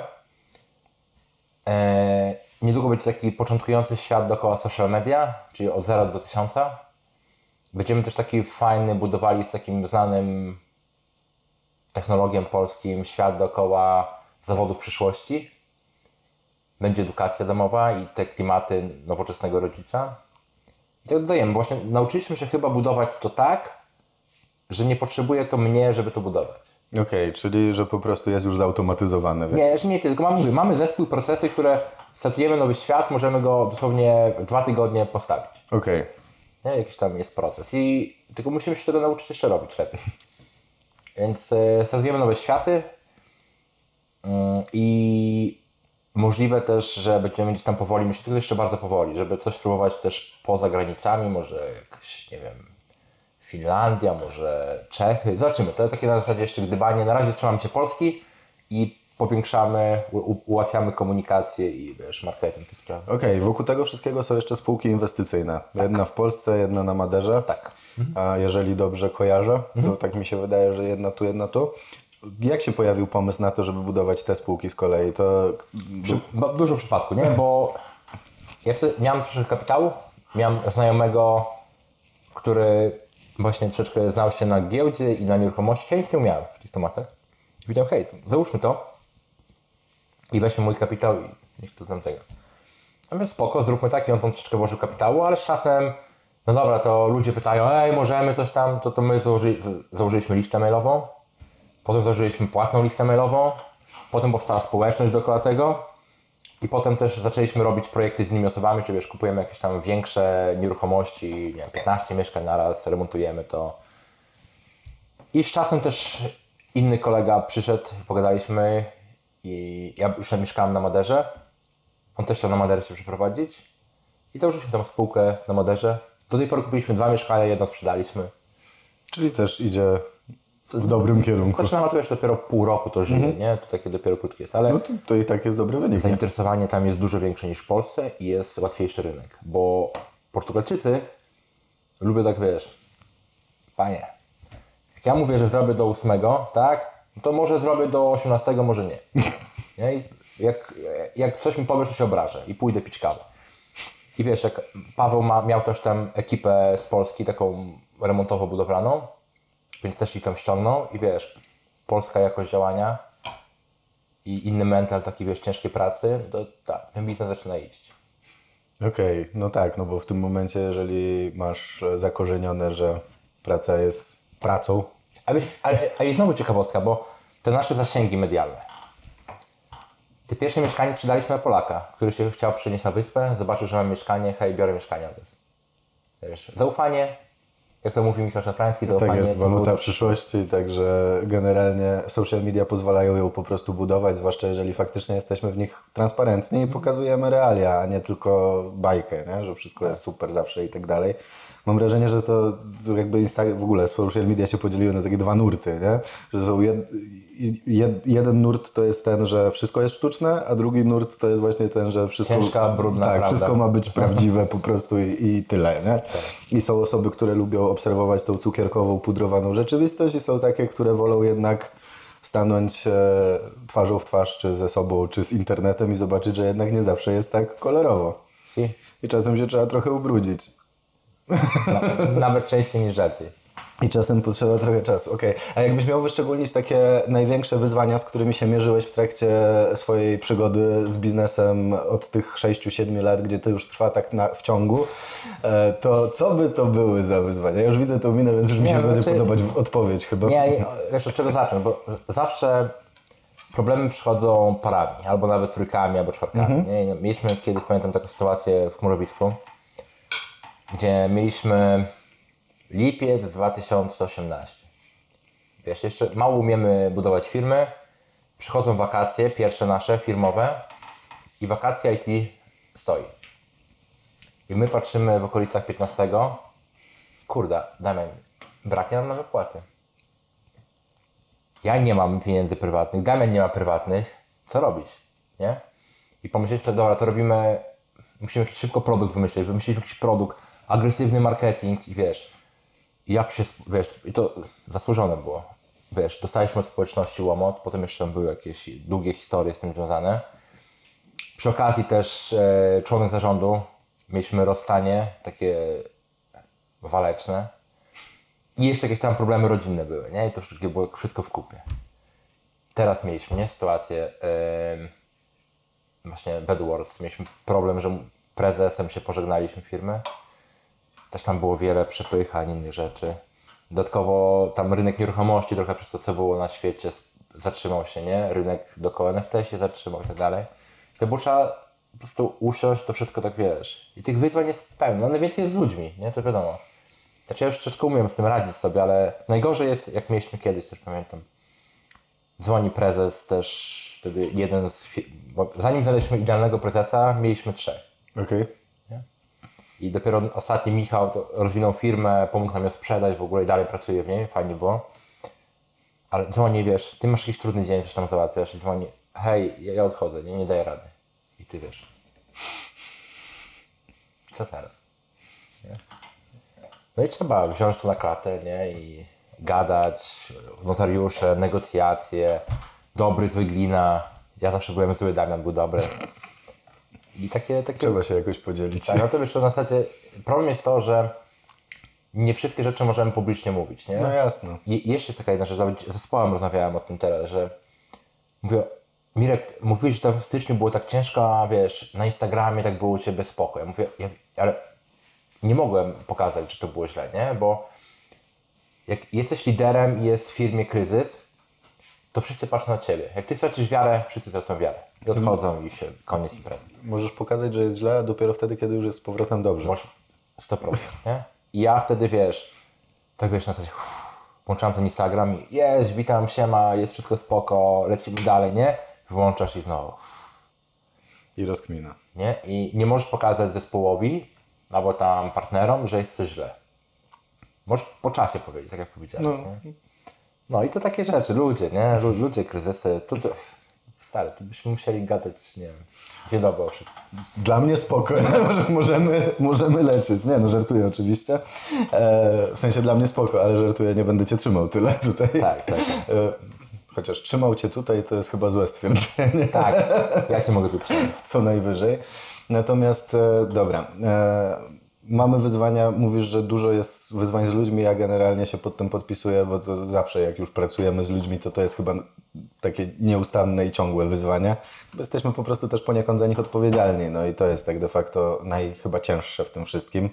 Speaker 1: Niedługo będzie taki początkujący świat dookoła social media, czyli od 0 do 1000. Będziemy też taki fajny budowali z takim znanym technologiem polskim świat dookoła zawodów przyszłości. Będzie edukacja domowa i te klimaty nowoczesnego rodzica. I tak dodajemy, bo właśnie nauczyliśmy się chyba budować to tak, że nie potrzebuje to mnie, żeby to budować.
Speaker 2: Okej, czyli że po prostu jest już zautomatyzowane.
Speaker 1: Nie, że nie tylko. Mamy zespół, procesy, które startujemy nowy świat, możemy go dosłownie w 2 tygodnie postawić.
Speaker 2: Okej.
Speaker 1: Nie? Jakiś tam jest proces i tylko musimy się tego nauczyć jeszcze robić lepiej. Więc startujemy nowe światy i możliwe też, że będziemy gdzieś tam powoli, myślę, tylko jeszcze bardzo powoli, żeby coś spróbować też poza granicami, może jakaś, nie wiem, Finlandia, może Czechy. Zobaczymy, to takie na zasadzie jeszcze gdybanie. Na razie trzymamy się Polski i powiększamy, ułatwiamy komunikację i wiesz, marketing tych spraw.
Speaker 2: Okej, wokół tego wszystkiego są jeszcze spółki inwestycyjne. Jedna w Polsce, jedna na Maderze.
Speaker 1: Tak.
Speaker 2: A jeżeli dobrze kojarzę, to tak mi się wydaje, że jedna tu. Jak się pojawił pomysł na to, żeby budować te spółki z kolei? To
Speaker 1: W dużym przypadku, nie? Bo ja wtedy miałem troszkę kapitału, miałem znajomego, który właśnie troszeczkę znał się na giełdzie i na nieruchomości. Ja nic nie umiałem w tych tematach. I powiedziałem, hej, załóżmy to i weźmy mój kapitał i niech to tamtego. Ja mówię, spoko, zróbmy tak i on tam troszeczkę włożył kapitału, ale z czasem, no dobra, to ludzie pytają, możemy coś tam, to my założyliśmy listę mailową, potem założyliśmy płatną listę mailową, potem powstała społeczność dookoła tego i potem też zaczęliśmy robić projekty z innymi osobami, czyli wiesz, kupujemy jakieś tam większe nieruchomości, nie wiem, 15 mieszkań naraz, remontujemy to. I z czasem też inny kolega przyszedł, pogadaliśmy i ja już mieszkałem na Maderze, on też chciał na Maderze się przeprowadzić i założyliśmy tam spółkę na Maderze. Do tej pory kupiliśmy 2 mieszkania, jedno sprzedaliśmy.
Speaker 2: czyli też idzie w dobrym kierunku.
Speaker 1: Zaczynamy to jeszcze dopiero pół roku to żyje, nie? To takie dopiero krótkie jest, ale
Speaker 2: No to i tak jest dobry wynik. Nie?
Speaker 1: zainteresowanie tam jest dużo większe niż w Polsce i jest łatwiejszy rynek, bo Portugalczycy lubią tak, wiesz, panie, jak ja mówię, że zrobię do 8, tak, to może zrobię do 18, może nie. Nie? I jak coś mi powiesz, to się obrażę i pójdę pić kawę. I wiesz, jak Paweł miał też tam ekipę z Polski, taką remontowo-budowlaną, więc też ich tam ściągnął i wiesz, polska jakość działania i inny mental, taki wiesz, ciężkiej pracy, to tak, ten biznes zaczyna iść.
Speaker 2: Okej, no tak, no bo w tym momencie, jeżeli masz zakorzenione, że praca jest pracą,
Speaker 1: A i znowu ciekawostka, bo te nasze zasięgi medialne. Te pierwsze mieszkanie sprzedaliśmy na Polaka, który się chciał przenieść na wyspę, zobaczył, że mam mieszkanie, hej, biorę mieszkanie od was. Wiesz, zaufanie, jak to mówi Michał Szafrański, zaufanie.
Speaker 2: tak jest
Speaker 1: to
Speaker 2: waluta
Speaker 1: był-
Speaker 2: przyszłości, także generalnie social media pozwalają ją po prostu budować, zwłaszcza jeżeli faktycznie jesteśmy w nich transparentni i pokazujemy realia, a nie tylko bajkę, nie? Że wszystko jest super zawsze i tak dalej. Mam wrażenie, że to jakby w ogóle social media się podzieliły na takie 2 nurty, nie? Że są jeden nurt to jest ten, że wszystko jest sztuczne, a drugi nurt to jest właśnie ten, że wszystko,
Speaker 1: Ciężka, brudna
Speaker 2: tak,
Speaker 1: prawda.
Speaker 2: wszystko ma być prawdziwe po prostu i tyle, nie? I są osoby, które lubią obserwować tą cukierkową, pudrowaną rzeczywistość i są takie, które wolą jednak stanąć twarzą w twarz, czy ze sobą, czy z internetem i zobaczyć, że jednak nie zawsze jest tak kolorowo.
Speaker 1: Si.
Speaker 2: I czasem się trzeba trochę ubrudzić.
Speaker 1: Nawet częściej niż rzadziej.
Speaker 2: I czasem potrzeba trochę czasu. Okej. A jakbyś miał wyszczególnić takie największe wyzwania, z którymi się mierzyłeś w trakcie swojej przygody z biznesem od tych 6-7 lat, gdzie to już trwa tak w ciągu, to co by to były za wyzwania? Ja już widzę tą minę, więc już mi
Speaker 1: Nie,
Speaker 2: się
Speaker 1: no
Speaker 2: będzie
Speaker 1: znaczy-
Speaker 2: podobać odpowiedź chyba.
Speaker 1: Nie, wiesz, od czego zacznę, bo zawsze problemy przychodzą parami, albo nawet trójkami, albo czwarkami. Nie? I mieliśmy kiedyś, pamiętam, taką sytuację w Chmurowisku, gdzie mieliśmy lipiec 2018. Wiesz, jeszcze mało umiemy budować firmy, przychodzą wakacje, pierwsze nasze, firmowe i wakacje IT stoi. I my patrzymy w okolicach 15. Kurde, Damian, braknie nam na wypłaty. Ja nie mam pieniędzy prywatnych, Damian nie ma prywatnych. Co robić, nie? I pomyśleliśmy, że dobra, to robimy, musimy jakiś szybko produkt wymyślić jakiś produkt, agresywny marketing i wiesz, jak się, wiesz, i to zasłużone było. Wiesz, dostaliśmy od społeczności łomot, potem jeszcze były jakieś długie historie z tym związane. Przy okazji też członek zarządu, mieliśmy rozstanie, takie waleczne. I jeszcze jakieś tam problemy rodzinne były, nie? I to było wszystko w kupie. Teraz mieliśmy, nie? Sytuację, właśnie Bedwars, mieliśmy problem, że prezesem się pożegnaliśmy firmy. Też tam było wiele przepychań, innych rzeczy. Dodatkowo tam rynek nieruchomości trochę przez to, co było na świecie, zatrzymał się, nie? Rynek dookoła NFT się zatrzymał i tak dalej. I to było trzeba po prostu usiąść, to wszystko tak, wiesz. I tych wyzwań jest pełno, no więcej jest z ludźmi, nie? To wiadomo. Znaczy ja już troszeczkę umiem z tym radzić sobie, ale najgorzej jest, jak mieliśmy kiedyś, też pamiętam. Dzwoni prezes też, wtedy jeden z... Bo zanim znaleźliśmy idealnego prezesa, mieliśmy 3.
Speaker 2: Okej.
Speaker 1: I dopiero ostatni Michał to rozwinął firmę, pomógł nam ją sprzedać, w ogóle i dalej pracuje w niej, fajnie było. Ale dzwoni, wiesz, ty masz jakiś trudny dzień, coś tam załatwiasz i dzwoni, hej, ja odchodzę, nie daję rady. I ty wiesz. Co teraz? Nie? No i trzeba wziąć to na klatę, nie? I gadać, notariusze, negocjacje, dobry, zły glina. Ja zawsze byłem zły, Damian był dobry. I takie...
Speaker 2: Trzeba się jakoś podzielić.
Speaker 1: Tak, no to wiesz, to na zasadzie problem jest to, że nie wszystkie rzeczy możemy publicznie mówić, nie?
Speaker 2: No jasno.
Speaker 1: I jeszcze jest taka jedna rzecz, nawet z zespołem rozmawiałem o tym teraz, że mówię, Mirek, mówiłeś, że tam w styczniu było tak ciężko, a wiesz, na Instagramie tak było u Ciebie spoko. Ja mówię, ale nie mogłem pokazać, że to było źle, nie? Bo jak jesteś liderem i jest w firmie kryzys, to wszyscy patrzą na Ciebie. Jak Ty stracisz wiarę, wszyscy tracą wiarę. I odchodzą i się, koniec imprezy.
Speaker 2: Możesz pokazać, że jest źle, a dopiero wtedy, kiedy już jest z powrotem dobrze.
Speaker 1: Może 100%, nie? I ja wtedy, wiesz, tak wiesz, na zasadzie włączam ten Instagram i jest, witam, siema, jest wszystko spoko, lecimy dalej, nie? Wyłączasz i znowu,
Speaker 2: I rozkmina.
Speaker 1: nie? I nie możesz pokazać zespołowi albo tam partnerom, że jest coś źle. Możesz po czasie powiedzieć, tak jak powiedziałeś, nie? No i to takie rzeczy, ludzie, nie? Ludzie, kryzysy, to stary, to byśmy musieli gadać, nie wiem, 2 doby o wszystkim.
Speaker 2: Dla mnie spoko, możemy lecieć. Nie no, żartuję oczywiście. W sensie dla mnie spoko, ale żartuję, nie będę Cię trzymał tyle tutaj.
Speaker 1: Tak.
Speaker 2: Chociaż trzymał Cię tutaj, to jest chyba złe stwierdzenie.
Speaker 1: Tak, ja Cię mogę tu przyjąć.
Speaker 2: Co najwyżej. Natomiast dobra, mamy wyzwania, mówisz, że dużo jest wyzwań z ludźmi, ja generalnie się pod tym podpisuję, bo to zawsze jak już pracujemy z ludźmi, to jest chyba takie nieustanne i ciągłe wyzwanie, bo jesteśmy po prostu też poniekąd za nich odpowiedzialni, no i to jest tak de facto chyba cięższe w tym wszystkim.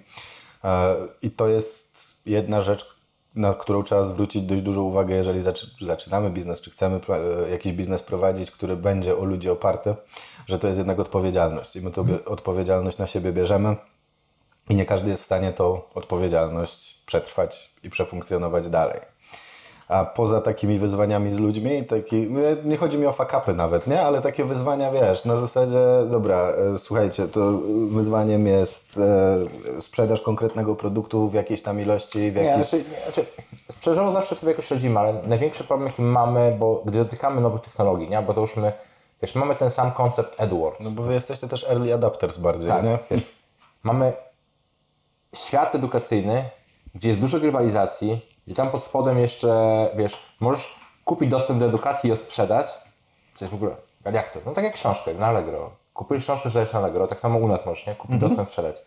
Speaker 2: I to jest jedna rzecz, na którą trzeba zwrócić dość dużą uwagę, jeżeli zaczynamy biznes, czy chcemy jakiś biznes prowadzić, który będzie o ludzi oparty, że to jest jednak odpowiedzialność i my tą odpowiedzialność na siebie bierzemy i nie każdy jest w stanie tą odpowiedzialność przetrwać i przefunkcjonować dalej. A poza takimi wyzwaniami z ludźmi, nie chodzi mi o fuck-upy nawet, nie? Ale takie wyzwania, wiesz, na zasadzie, dobra, słuchajcie, to wyzwaniem jest sprzedaż konkretnego produktu w jakiejś tam ilości,
Speaker 1: sprzedażowo zawsze sobie jakoś radzimy, ale największy problem jaki mamy, bo gdy dotykamy nowych technologii, nie? Bo załóżmy, wiesz, mamy ten sam koncept AdWords.
Speaker 2: No bo wy jesteście też early adapters bardziej,
Speaker 1: tak,
Speaker 2: nie?
Speaker 1: Wiesz, mamy świat edukacyjny, gdzie jest dużo grywalizacji, gdzie tam pod spodem jeszcze, wiesz, możesz kupić dostęp do edukacji i ją sprzedać. To jest w ogóle, ale jak to? No tak jak książkę na Allegro. Kupujesz książkę, sprzedajesz na Allegro, tak samo u nas możesz, nie? Kupić dostęp, sprzedać.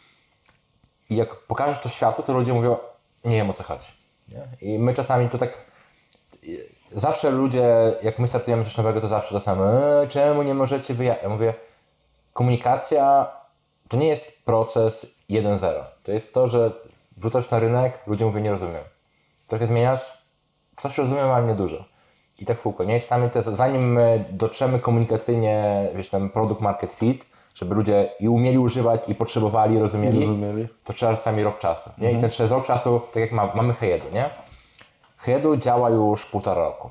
Speaker 1: I jak pokażesz to światu, to ludzie mówią, nie wiem o co chodzi. Nie? I my czasami to tak, zawsze ludzie, jak my startujemy coś nowego, to zawsze to samo, czemu nie możecie wyjechać? Ja mówię, komunikacja to nie jest proces 1-0. To jest to, że wrzucasz na rynek, ludzie mówią, nie rozumiem. Trochę zmieniasz, coś rozumiem, ale nie dużo. I tak w kółko, nie? Sami zanim my dotrzemy komunikacyjnie, wiesz, ten produkt market fit, żeby ludzie i umieli używać, i potrzebowali, i rozumieli, to trzeba sami rok czasu, nie? I ten przez rok czasu, tak jak mamy Hejedu, nie? Hejedu działa już 1,5 roku.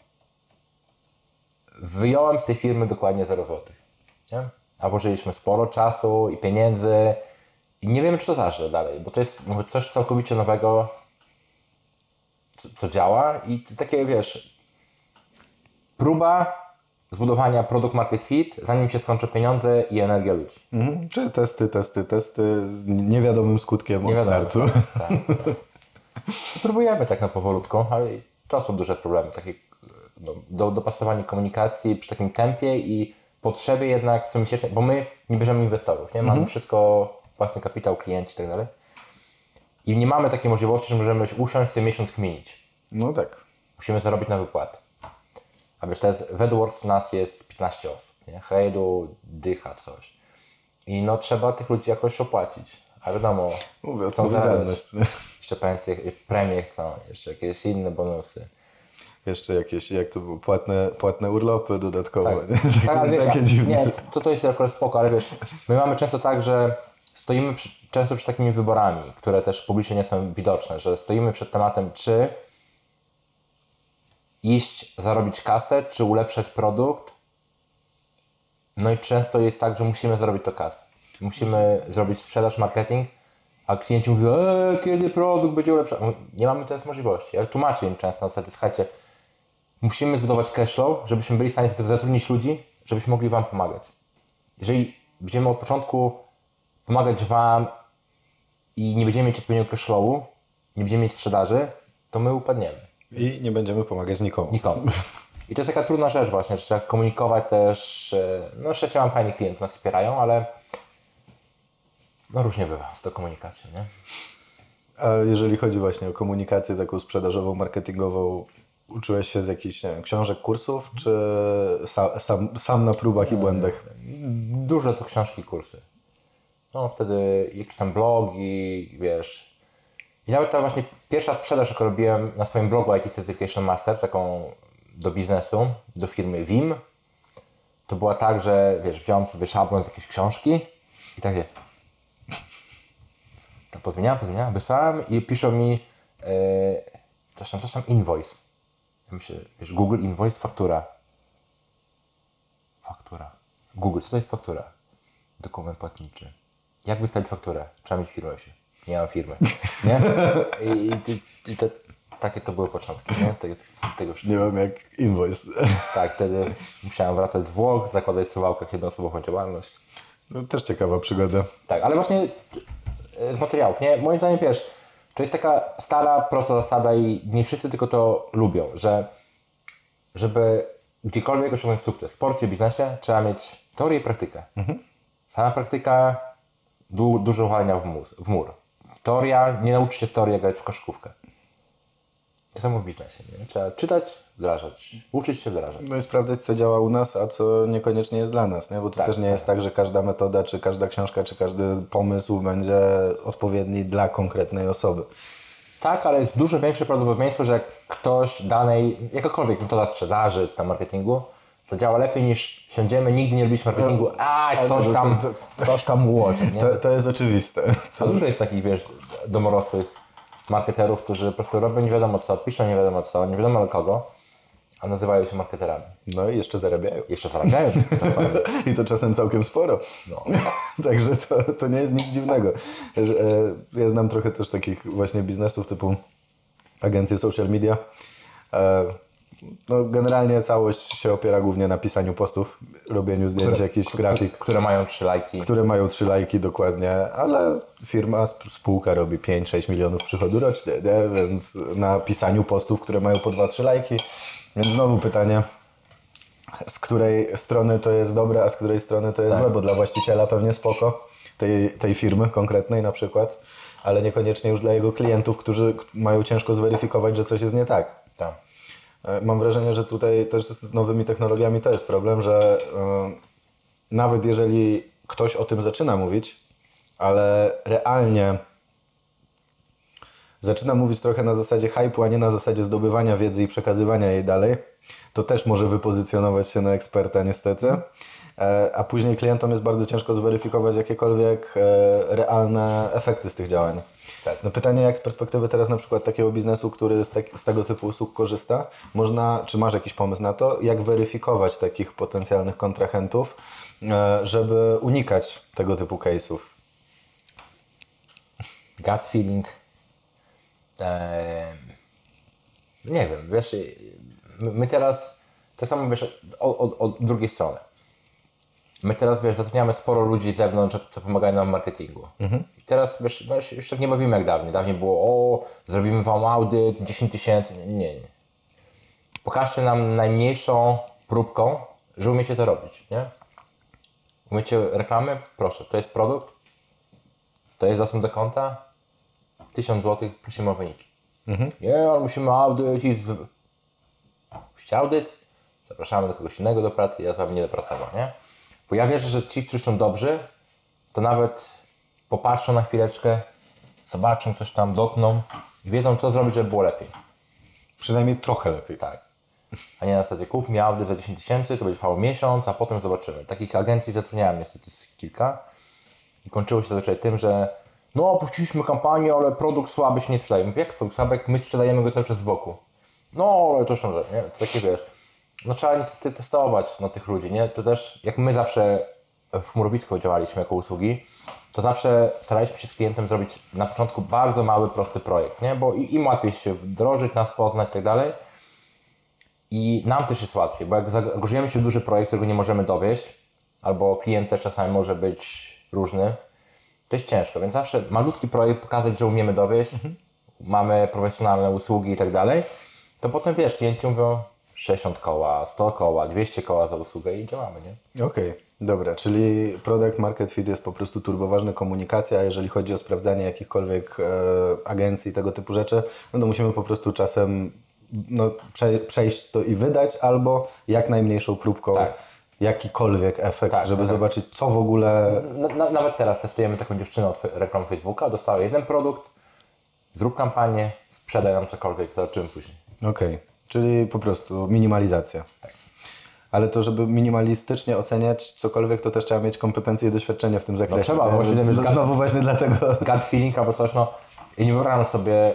Speaker 1: Wyjąłem z tej firmy dokładnie 0 zł, nie? A włożyliśmy sporo czasu i pieniędzy I nie wiemy, czy to zacznie dalej, bo to jest mówię, coś całkowicie nowego, co działa i takie, wiesz, próba zbudowania product market fit, zanim się skończą pieniądze i energia ludzi.
Speaker 3: Czyli testy z niewiadomym skutkiem
Speaker 1: Nie
Speaker 3: od
Speaker 1: wiadomo.
Speaker 3: startu.
Speaker 1: Tak. Próbujemy tak na powolutku, ale to są duże problemy, takie dopasowanie komunikacji przy takim tempie i potrzebie jednak co miesięcznie, bo my nie bierzemy inwestorów, nie? Mamy wszystko, własny kapitał, klienci i tak dalej. I nie mamy takiej możliwości, że możemy usiąść co miesiąc kminić.
Speaker 3: No tak.
Speaker 1: Musimy zarobić na wypłatę. A wiesz, teraz w AdWords nas jest 15 osób, nie? Hejdu, dycha coś. I no trzeba tych ludzi jakoś opłacić. A wiadomo,
Speaker 3: Mówię,
Speaker 1: chcą
Speaker 3: odpowiedzialność.
Speaker 1: jeszcze pensje, premie chcą, jeszcze jakieś inne bonusy.
Speaker 3: Jeszcze jakieś, jak to było, płatne urlopy dodatkowo.
Speaker 1: Tak,
Speaker 3: nie?
Speaker 1: tak, ale wiesz,
Speaker 3: takie dziwne.
Speaker 1: nie, to jest akurat spoko, ale wiesz, my mamy często tak, że stoimy często przed takimi wyborami, które też publicznie nie są widoczne, że stoimy przed tematem, czy iść, zarobić kasę, czy ulepszać produkt. No i często jest tak, że musimy zarobić to kasę. Musimy zrobić sprzedaż, marketing, a klienci mówią, kiedy produkt będzie ulepszany. Nie mamy teraz możliwości. Ja tłumaczę im często na zasadzie, słuchajcie, musimy zbudować cashflow, żebyśmy byli w stanie zatrudnić ludzi, żebyśmy mogli Wam pomagać. Jeżeli będziemy od początku pomagać Wam i nie będziemy mieć odpowiedniego cashflowu, nie będziemy mieć sprzedaży, to my upadniemy.
Speaker 3: I nie będziemy pomagać nikomu.
Speaker 1: Nikomu. I to jest taka trudna rzecz właśnie, że trzeba komunikować też, no szczęście mam fajnych klientów, nas wspierają, ale no różnie bywa z tą komunikacją, nie?
Speaker 3: A jeżeli chodzi właśnie o komunikację taką sprzedażową, marketingową, uczyłeś się z jakichś, nie wiem, książek, kursów, czy sam na próbach i błędach?
Speaker 1: Dużo to książki, kursy. No wtedy jakieś tam blogi, wiesz. I nawet ta właśnie pierwsza sprzedaż, jaką robiłem na swoim blogu IT Certification Master, taką do biznesu, do firmy Vim, to była tak, że wiesz, wziąłem sobie szablon z jakiejś książki i tak wie. To pozmieniałem, wysłałem i piszą mi coś tam, invoice. Ja myślę, wiesz, Google invoice, faktura. Google, co to jest faktura? Dokument płatniczy. Jak wystawić fakturę? Trzeba mieć firmę się. Nie mam firmy. Nie? I takie to były początki, nie? Tego
Speaker 3: Nie wiem, jak invoice.
Speaker 1: tak, wtedy musiałem wracać z Włoch, zakładać w Suwałkach jednoosobową działalność.
Speaker 3: No, też ciekawa przygoda.
Speaker 1: Tak, ale właśnie z materiałów, nie? Moim zdaniem, wiesz, to jest taka stara, prosta zasada i nie wszyscy tylko to lubią, że żeby gdziekolwiek osiągnąć sukces w sporcie, biznesie, trzeba mieć teorię i praktykę. Sama praktyka, dużo walenia w mur. Teoria, nie nauczy się z teorii grać w koszykówkę. To samo w biznesie, nie? Trzeba czytać, wdrażać, uczyć się wdrażać.
Speaker 3: No i sprawdzać, co działa u nas, a co niekoniecznie jest dla nas, nie? Bo to
Speaker 1: Tak,
Speaker 3: też nie jest tak, że każda metoda, czy każda książka, czy każdy pomysł będzie odpowiedni dla konkretnej osoby.
Speaker 1: Tak, ale jest dużo większe prawdopodobieństwo, że ktoś danej, jakakolwiek metoda sprzedaży czy tam marketingu zadziała lepiej niż siądziemy, nigdy nie robiliśmy marketingu, coś tam ułożę, nie?
Speaker 3: To jest oczywiste.
Speaker 1: A dużo jest takich, wiesz, domorosłych marketerów, którzy po prostu robią nie wiadomo co, piszą nie wiadomo co, nie wiadomo dla kogo, a nazywają się marketerami.
Speaker 3: No i jeszcze zarabiają.
Speaker 1: Jeszcze zarabiają czasami.
Speaker 3: I to czasem całkiem sporo.
Speaker 1: No.
Speaker 3: Także to nie jest nic dziwnego. Ja znam trochę też takich właśnie biznesów typu agencje social media. No, generalnie całość się opiera głównie na pisaniu postów, robieniu zdjęć, jakichś grafik,
Speaker 1: Które mają 3 lajki.
Speaker 3: które mają 3 lajki dokładnie, ale firma, spółka robi 5-6 milionów przychodu rocznie, nie? Więc na pisaniu postów, które mają po 2-3 lajki. Więc znowu pytanie, z której strony to jest dobre, a z której strony to jest złe, bo dla właściciela pewnie spoko, tej firmy konkretnej na przykład, ale niekoniecznie już dla jego klientów, którzy mają ciężko zweryfikować, że coś jest nie tak.
Speaker 1: Tak.
Speaker 3: Mam wrażenie, że tutaj też z nowymi technologiami to jest problem, że nawet jeżeli ktoś o tym zaczyna mówić, ale realnie zaczyna mówić trochę na zasadzie hype'u, a nie na zasadzie zdobywania wiedzy i przekazywania jej dalej, to też może wypozycjonować się na eksperta niestety, a później klientom jest bardzo ciężko zweryfikować jakiekolwiek realne efekty z tych działań.
Speaker 1: Tak.
Speaker 3: No pytanie, jak z perspektywy teraz na przykład takiego biznesu, który z tego typu usług korzysta, czy masz jakiś pomysł na to, jak weryfikować takich potencjalnych kontrahentów, żeby unikać tego typu case'ów?
Speaker 1: gut feeling. Nie wiem, wiesz, my teraz, tak samo wiesz, od drugiej strony. My teraz, wiesz, zatrudniamy sporo ludzi z zewnątrz, co pomagają nam w marketingu. I teraz, wiesz, no, już tak nie bawimy jak dawniej. Dawniej było, zrobimy wam audyt, 10 tysięcy. Nie. Pokażcie nam najmniejszą próbką, że umiecie to robić, nie? Umiecie reklamy? Proszę, to jest produkt, to jest dostęp do konta, 1000 zł, prosimy o wyniki. Nie, ale musimy audyt i musicie audyt, zapraszamy do kogoś innego do pracy, ja z wami nie dopracował, nie? Bo ja wierzę, że ci, którzy są dobrzy, to nawet popatrzą na chwileczkę, zobaczą coś tam, dotkną i wiedzą, co zrobić, żeby było lepiej.
Speaker 2: Przynajmniej trochę lepiej.
Speaker 1: Tak. A nie na zasadzie kup mi audyt za 10 tysięcy, to będzie trwało miesiąc, a potem zobaczymy. Takich agencji zatrudniałem niestety kilka i kończyło się zazwyczaj tym, że no puściliśmy kampanię, ale produkt słaby się nie sprzedaje. Mówię, jak produkt słaby, jak my sprzedajemy go cały czas z boku. No ale coś tam, że nie? To takie wiesz. No trzeba niestety testować na tych ludzi, nie? To też jak my zawsze w chmurowisku działaliśmy jako usługi, to zawsze staraliśmy się z klientem zrobić na początku bardzo mały, prosty projekt, nie? Bo im łatwiej się wdrożyć, nas poznać i tak dalej. I nam też jest łatwiej, bo jak zaangażujemy się w duży projekt, którego nie możemy dowieść, albo klient też czasami może być różny, to jest ciężko, więc zawsze malutki projekt pokazać, że umiemy dowieść, mamy profesjonalne usługi i tak dalej, to potem wiesz, klienci mówią 60 koła, 100 koła, 200 koła za usługę i działamy, nie?
Speaker 2: Okej, dobra, czyli product market fit jest po prostu turboważna komunikacja, a jeżeli chodzi o sprawdzanie jakichkolwiek agencji i tego typu rzeczy, no to musimy po prostu czasem przejść to i wydać, albo jak najmniejszą próbką
Speaker 1: Tak.
Speaker 2: jakikolwiek efekt,
Speaker 1: Tak,
Speaker 2: żeby
Speaker 1: tak.
Speaker 2: zobaczyć, co w ogóle...
Speaker 1: Nawet teraz testujemy taką dziewczynę od reklam Facebooka, dostała jeden produkt, zrób kampanię, sprzedaj nam cokolwiek, zobaczymy później.
Speaker 2: Okej, czyli po prostu minimalizacja.
Speaker 1: Tak.
Speaker 2: Ale to, żeby minimalistycznie oceniać cokolwiek, to też trzeba mieć kompetencje i doświadczenie w tym zakresie.
Speaker 1: trzeba,
Speaker 2: nie?
Speaker 1: bo właśnie
Speaker 2: Więc
Speaker 1: wiemy,
Speaker 2: znowu właśnie dlatego...
Speaker 1: Gut feeling albo coś, no. Ja nie wyobrażam sobie,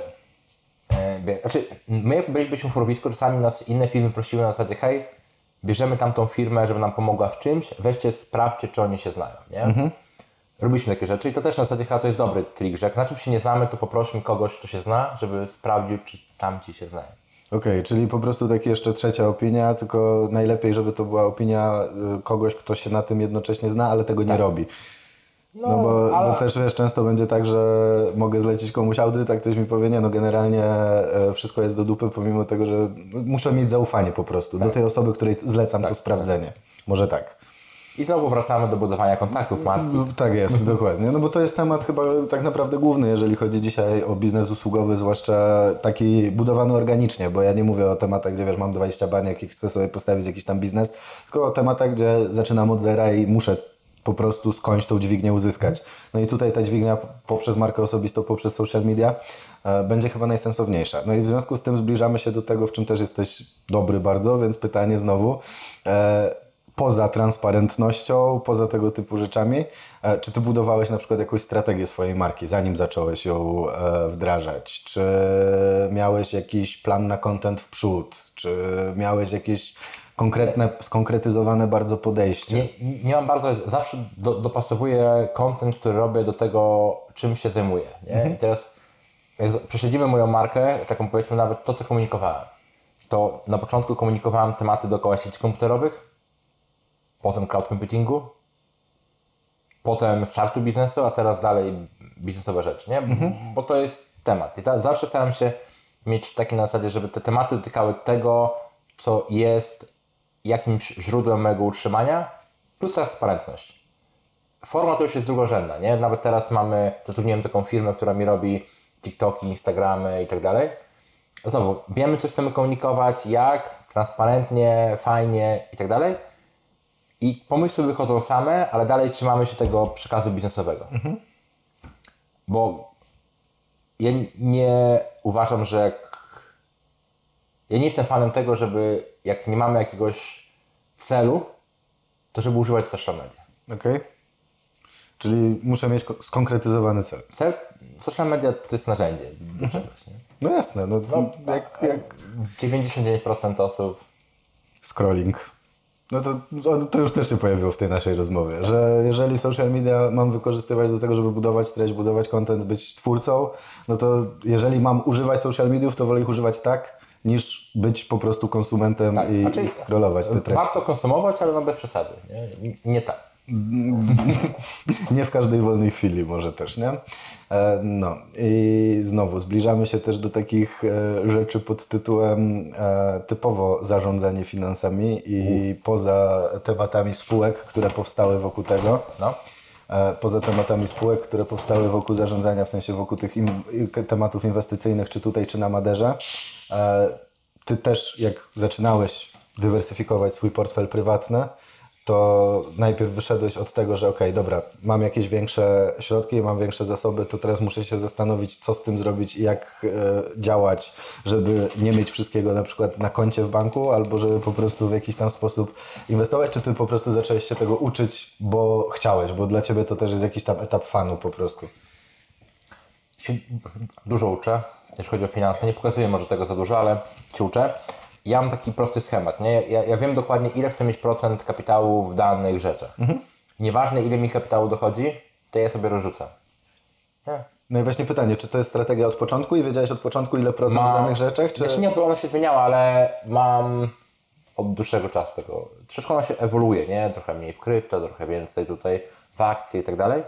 Speaker 1: znaczy my jak byliśmy w chmurowisku, czasami nas inne firmy prosiły na zasadzie, hej, bierzemy tamtą firmę, żeby nam pomogła w czymś, weźcie, sprawdźcie, czy oni się znają, nie? Robiliśmy takie rzeczy i to też na zasadzie chyba to jest dobry trik, że jak na czym się nie znamy, to poprośmy kogoś, kto się zna, żeby sprawdził, czy tamci się znają.
Speaker 2: Okej, czyli po prostu taka jeszcze trzecia opinia, tylko najlepiej, żeby to była opinia kogoś, kto się na tym jednocześnie zna, ale tego nie robi. No bo też wiesz, często będzie tak, że mogę zlecić komuś audyt, a ktoś mi powie, nie no generalnie wszystko jest do dupy, pomimo tego, że muszę mieć zaufanie po prostu do tej osoby, której zlecam to sprawdzenie. Może tak.
Speaker 1: I znowu wracamy do budowania kontaktów marki.
Speaker 2: Tak jest, dokładnie. No bo to jest temat chyba tak naprawdę główny, jeżeli chodzi dzisiaj o biznes usługowy, zwłaszcza taki budowany organicznie, bo ja nie mówię o tematach, gdzie wiesz, mam 20 baniek i chcę sobie postawić jakiś tam biznes, tylko o tematach, gdzie zaczynam od zera i muszę po prostu skądś tą dźwignię uzyskać. No i tutaj ta dźwignia poprzez markę osobistą, poprzez social media będzie chyba najsensowniejsza. No i w związku z tym zbliżamy się do tego, w czym też jesteś dobry bardzo, więc pytanie znowu, poza transparentnością, poza tego typu rzeczami, czy ty budowałeś na przykład jakąś strategię swojej marki, zanim zacząłeś ją wdrażać? Czy miałeś jakiś plan na content w przód? Czy miałeś jakieś konkretne, skonkretyzowane bardzo podejście?
Speaker 1: Nie mam bardzo, zawsze dopasowuję content, który robię do tego, czym się zajmuję. Nie? I teraz jak prześledzimy moją markę, taką powiedzmy nawet to, co komunikowałem, to na początku komunikowałem tematy dookoła sieci komputerowych, potem cloud computingu, potem startu biznesu, a teraz dalej biznesowe rzeczy, nie? Bo to jest temat. I zawsze staram się mieć takie na zasadzie, żeby te tematy dotykały tego, co jest jakimś źródłem mojego utrzymania, plus transparentność. Forma to już jest drugorzędna, nie? Nawet teraz zatrudniłem taką firmę, która mi robi TikToki, Instagramy i tak dalej. Znowu, wiemy, co chcemy komunikować, jak, transparentnie, fajnie i tak dalej. I pomysły wychodzą same, ale dalej trzymamy się tego przekazu biznesowego. Bo ja nie uważam, że ja nie jestem fanem tego, żeby jak nie mamy jakiegoś celu, to żeby używać social media.
Speaker 2: Okej. Czyli muszę mieć skonkretyzowany cel.
Speaker 1: Cel, social media to jest narzędzie do czegoś, nie?
Speaker 2: No jasne, jak
Speaker 1: 99% osób
Speaker 2: scrolling. No to już też się pojawiło w tej naszej rozmowie, że jeżeli social media mam wykorzystywać do tego, żeby budować treść, budować content, być twórcą, no to jeżeli mam używać social mediów, to wolę ich używać tak, niż być po prostu konsumentem
Speaker 1: Tak,
Speaker 2: i scrollować te treści.
Speaker 1: Warto konsumować, ale no bez przesady. Nie tak.
Speaker 2: Nie w każdej wolnej chwili może też, nie? No i znowu zbliżamy się też do takich rzeczy pod tytułem typowo zarządzanie finansami i poza tematami spółek, które powstały wokół tego.
Speaker 1: No.
Speaker 2: Poza tematami spółek, które powstały wokół zarządzania, w sensie wokół tych tematów inwestycyjnych, czy tutaj, czy na Maderze. Ty też, jak zaczynałeś dywersyfikować swój portfel prywatny, to najpierw wyszedłeś od tego, że okej, dobra, mam jakieś większe środki, mam większe zasoby, to teraz muszę się zastanowić, co z tym zrobić i jak działać, żeby nie mieć wszystkiego na przykład na koncie w banku, albo żeby po prostu w jakiś tam sposób inwestować, czy ty po prostu zacząłeś się tego uczyć, bo chciałeś, bo dla ciebie to też jest jakiś tam etap fanu po prostu.
Speaker 1: Dużo uczę, jeśli chodzi o finanse. Nie pokazuję może tego za dużo, ale się uczę. Ja mam taki prosty schemat, nie? Ja wiem dokładnie, ile chcę mieć procent kapitału w danych rzeczach. Nieważne, ile mi kapitału dochodzi, to ja sobie rozrzucam. Nie?
Speaker 2: No i właśnie pytanie, czy to jest strategia od początku i wiedziałeś od początku, ile procent w danych rzeczach? Czy...
Speaker 1: Znaczy nie, ona się zmieniała, ale mam od dłuższego czasu tego. Troszeczkę ona się ewoluuje, nie? Trochę mniej w krypto, trochę więcej tutaj w akcje i tak dalej.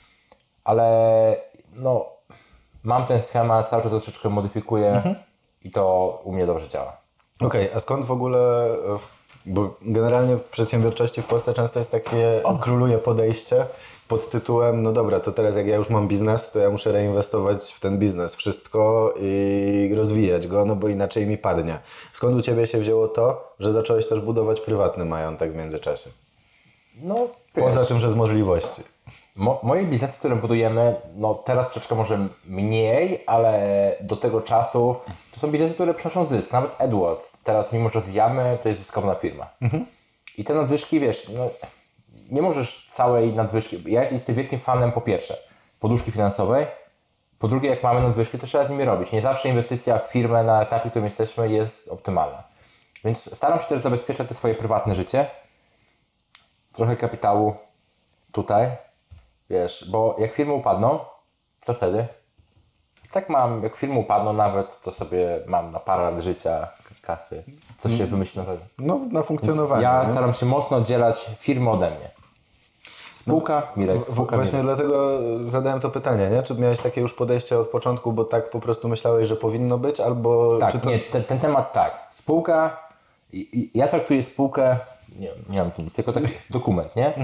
Speaker 1: Ale no, mam ten schemat, cały czas troszeczkę modyfikuję i to u mnie dobrze działa.
Speaker 2: Okej, a skąd w ogóle, bo generalnie w przedsiębiorczości w Polsce często jest takie, króluje podejście pod tytułem, no dobra, to teraz jak ja już mam biznes, to ja muszę reinwestować w ten biznes wszystko i rozwijać go, no bo inaczej mi padnie. Skąd u Ciebie się wzięło to, że zacząłeś też budować prywatny majątek w międzyczasie?
Speaker 1: No,
Speaker 2: Poza tym, że z możliwości.
Speaker 1: Moje biznesy, które budujemy, no teraz troszeczkę może mniej, ale do tego czasu to są biznesy, które przynoszą zysk. Nawet AdWords, teraz mimo że rozwijamy, to jest zyskowna firma. I te nadwyżki, wiesz, no, nie możesz całej nadwyżki... Ja jestem wielkim fanem, po pierwsze, poduszki finansowej, po drugie, jak mamy nadwyżki, to trzeba z nimi robić. Nie zawsze inwestycja w firmę na etapie, w którym jesteśmy, jest optymalna. Więc staram się też zabezpieczać te swoje prywatne życie. Trochę kapitału tutaj. Wiesz, bo jak firmy upadną, co wtedy? Tak mam, jak firmy upadną nawet, to sobie mam na parę lat życia kasy. Coś się wymyśli na pewno.
Speaker 2: No, na funkcjonowanie.
Speaker 1: Ja
Speaker 2: nie?
Speaker 1: staram się mocno oddzielać firmy ode mnie. Spółka, Mirek, spółka,
Speaker 2: Właśnie
Speaker 1: Mirek.
Speaker 2: dlatego zadałem to pytanie, nie? Czy miałeś takie już podejście od początku, bo tak po prostu myślałeś, że powinno być, albo...
Speaker 1: Tak,
Speaker 2: czy to...
Speaker 1: nie, ten temat tak. Spółka, ja traktuję spółkę, nie mam tu nic, tylko taki dokument, nie?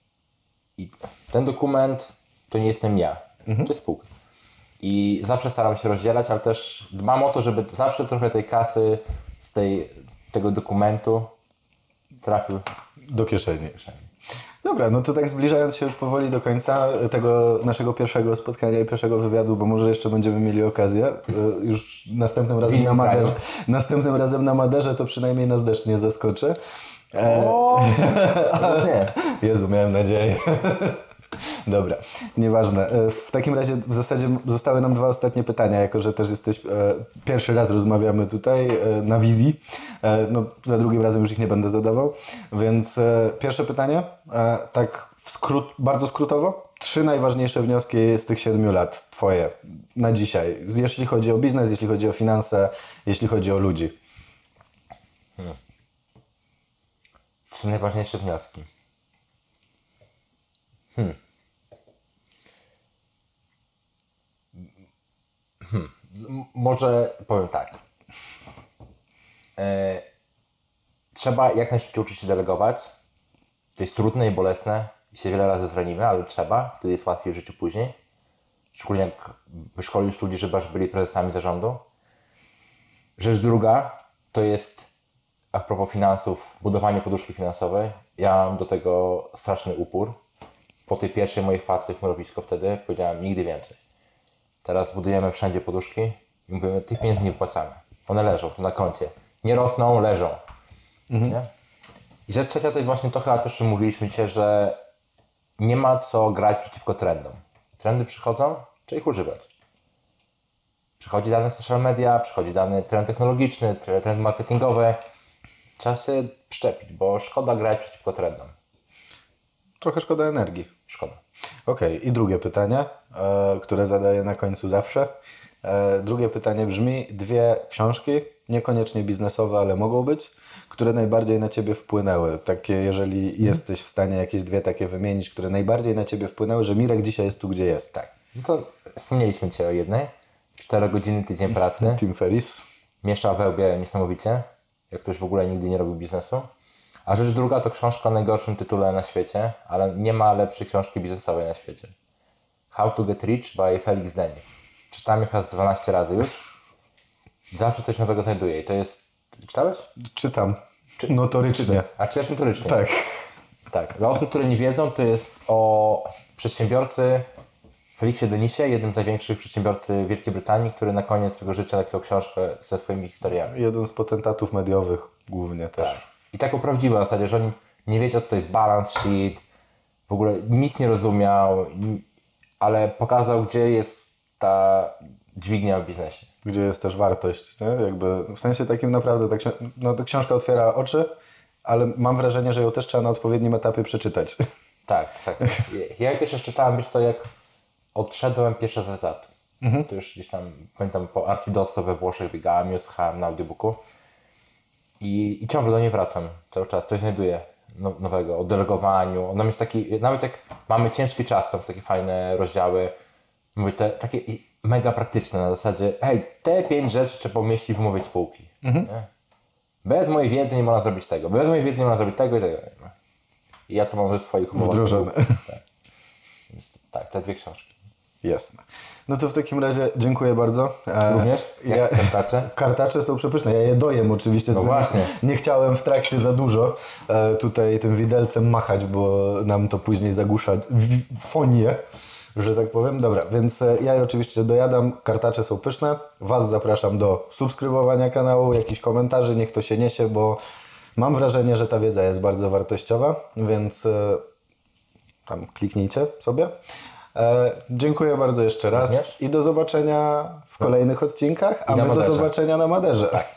Speaker 1: I ten dokument to nie jestem ja, to jest spółka. I zawsze staram się rozdzielać, ale też dbam o to, żeby zawsze trochę tej kasy z tego dokumentu trafił
Speaker 2: Do kieszeni. Dobra, no to tak zbliżając się już powoli do końca tego naszego pierwszego spotkania i pierwszego wywiadu, bo może jeszcze będziemy mieli okazję, już następnym razem na Maderze. Następnym razem na Maderze to przynajmniej nas deszcz nie zaskoczy.
Speaker 1: Nie.
Speaker 2: Jezu, miałem nadzieję. Dobra, nieważne. W takim razie w zasadzie zostały nam dwa ostatnie pytania, jako że też jesteś pierwszy raz rozmawiamy tutaj na wizji. No, za drugim razem już ich nie będę zadawał. Więc pierwsze pytanie, tak bardzo skrótowo. 3 najważniejsze wnioski z tych 7 lat Twoje na dzisiaj, jeśli chodzi o biznes, jeśli chodzi o finanse, jeśli chodzi o ludzi.
Speaker 1: 3 najważniejsze wnioski. Może powiem tak. Trzeba jak najszybciej uczyć się delegować. To jest trudne i bolesne i się wiele razy zranimy, ale trzeba. Wtedy jest łatwiej w życiu później. Szczególnie jak wyszkolisz ludzi, żeby aż byli prezesami zarządu. Rzecz druga to jest, a propos finansów, budowanie poduszki finansowej. Ja mam do tego straszny upór. Po tej pierwszej mojej wpadce w mrowisko wtedy powiedziałem nigdy więcej. Teraz budujemy wszędzie poduszki i mówimy, tych pieniędzy nie wypłacamy. One leżą tu na koncie. Nie rosną, leżą. Nie? I rzecz trzecia to jest właśnie to chyba też, o czym mówiliśmy dzisiaj, że nie ma co grać przeciwko trendom. Trendy przychodzą, trzeba ich używać. Przychodzi dany social media, przychodzi dany trend technologiczny, trend marketingowy. Trzeba się przyczepić, bo szkoda grać przeciwko trendom.
Speaker 2: Trochę szkoda energii.
Speaker 1: Szkoda.
Speaker 2: Okej, i drugie pytanie, które zadaję na końcu zawsze. Drugie pytanie brzmi, 2 książki, niekoniecznie biznesowe, ale mogą być, które najbardziej na Ciebie wpłynęły. Takie, jeżeli jesteś w stanie jakieś 2 takie wymienić, które najbardziej na Ciebie wpłynęły, że Mirek dzisiaj jest tu, gdzie jest.
Speaker 1: Tak. No to wspomnieliśmy dzisiaj o jednej. 4 godziny tydzień pracy.
Speaker 2: Tim Ferriss.
Speaker 1: Mieszcza wełbie niesamowicie. Jak ktoś w ogóle nigdy nie robił biznesu. A rzecz druga to książka o najgorszym tytule na świecie, ale nie ma lepszej książki biznesowej na świecie. How to Get Rich by Felix Dennis. Czytam ją chyba z 12 razy już. Zawsze coś nowego znajduję i to jest... Czytałeś?
Speaker 2: Czytam. Notorycznie.
Speaker 1: A czytasz notorycznie?
Speaker 2: Tak.
Speaker 1: Tak. Dla osób, które nie wiedzą, to jest o przedsiębiorcy Felixie Dennisie, jednym z największych przedsiębiorcy Wielkiej Brytanii, który na koniec swojego życia napisał książkę ze swoimi historiami.
Speaker 2: Jeden z potentatów mediowych głównie też.
Speaker 1: Tak. I taką prawdziwą w zasadzie, że on nie wiedział, co to jest balance sheet, w ogóle nic nie rozumiał, ale pokazał, gdzie jest ta dźwignia w biznesie.
Speaker 2: Gdzie jest też wartość, nie? Jakby w sensie takim naprawdę ta książka otwiera oczy, ale mam wrażenie, że ją też trzeba na odpowiednim etapie przeczytać.
Speaker 1: Tak, tak. Ja jak jeszcze czytałem, wiesz co, jak odszedłem pierwszy z etatu. To już gdzieś tam, pamiętam, po Arcidosso we Włoszech biegałem, ją słuchałem na audiobooku i ciągle do niej wracam cały czas, coś znajduję nowego, o delegowaniu. Ona jest taki, nawet jak mamy ciężki czas, tam są takie fajne rozdziały, mówię, takie mega praktyczne na zasadzie, hej, te 5 rzeczy trzeba umieścić w umowie spółki. Nie? Bez mojej wiedzy nie można zrobić tego, bez mojej wiedzy nie można zrobić tego i tego. I ja to mam ze swoich umowach.
Speaker 2: Wdrożone.
Speaker 1: Tak, te 2 książki.
Speaker 2: Jasne. No to w takim razie dziękuję bardzo.
Speaker 1: Również? Jak kartacze?
Speaker 2: Kartacze są przepyszne. Ja je dojem oczywiście.
Speaker 1: No właśnie.
Speaker 2: Nie chciałem w trakcie za dużo tutaj tym widelcem machać, bo nam to później zagłusza fonię, że tak powiem. Dobra, więc ja je oczywiście dojadam. Kartacze są pyszne. Was zapraszam do subskrybowania kanału, jakichś komentarzy, niech to się niesie, bo mam wrażenie, że ta wiedza jest bardzo wartościowa, więc tam kliknijcie sobie. Dziękuję bardzo jeszcze raz
Speaker 1: Również?
Speaker 2: i do zobaczenia w kolejnych odcinkach, a
Speaker 1: I na
Speaker 2: my do
Speaker 1: Maderze.
Speaker 2: zobaczenia na Maderze.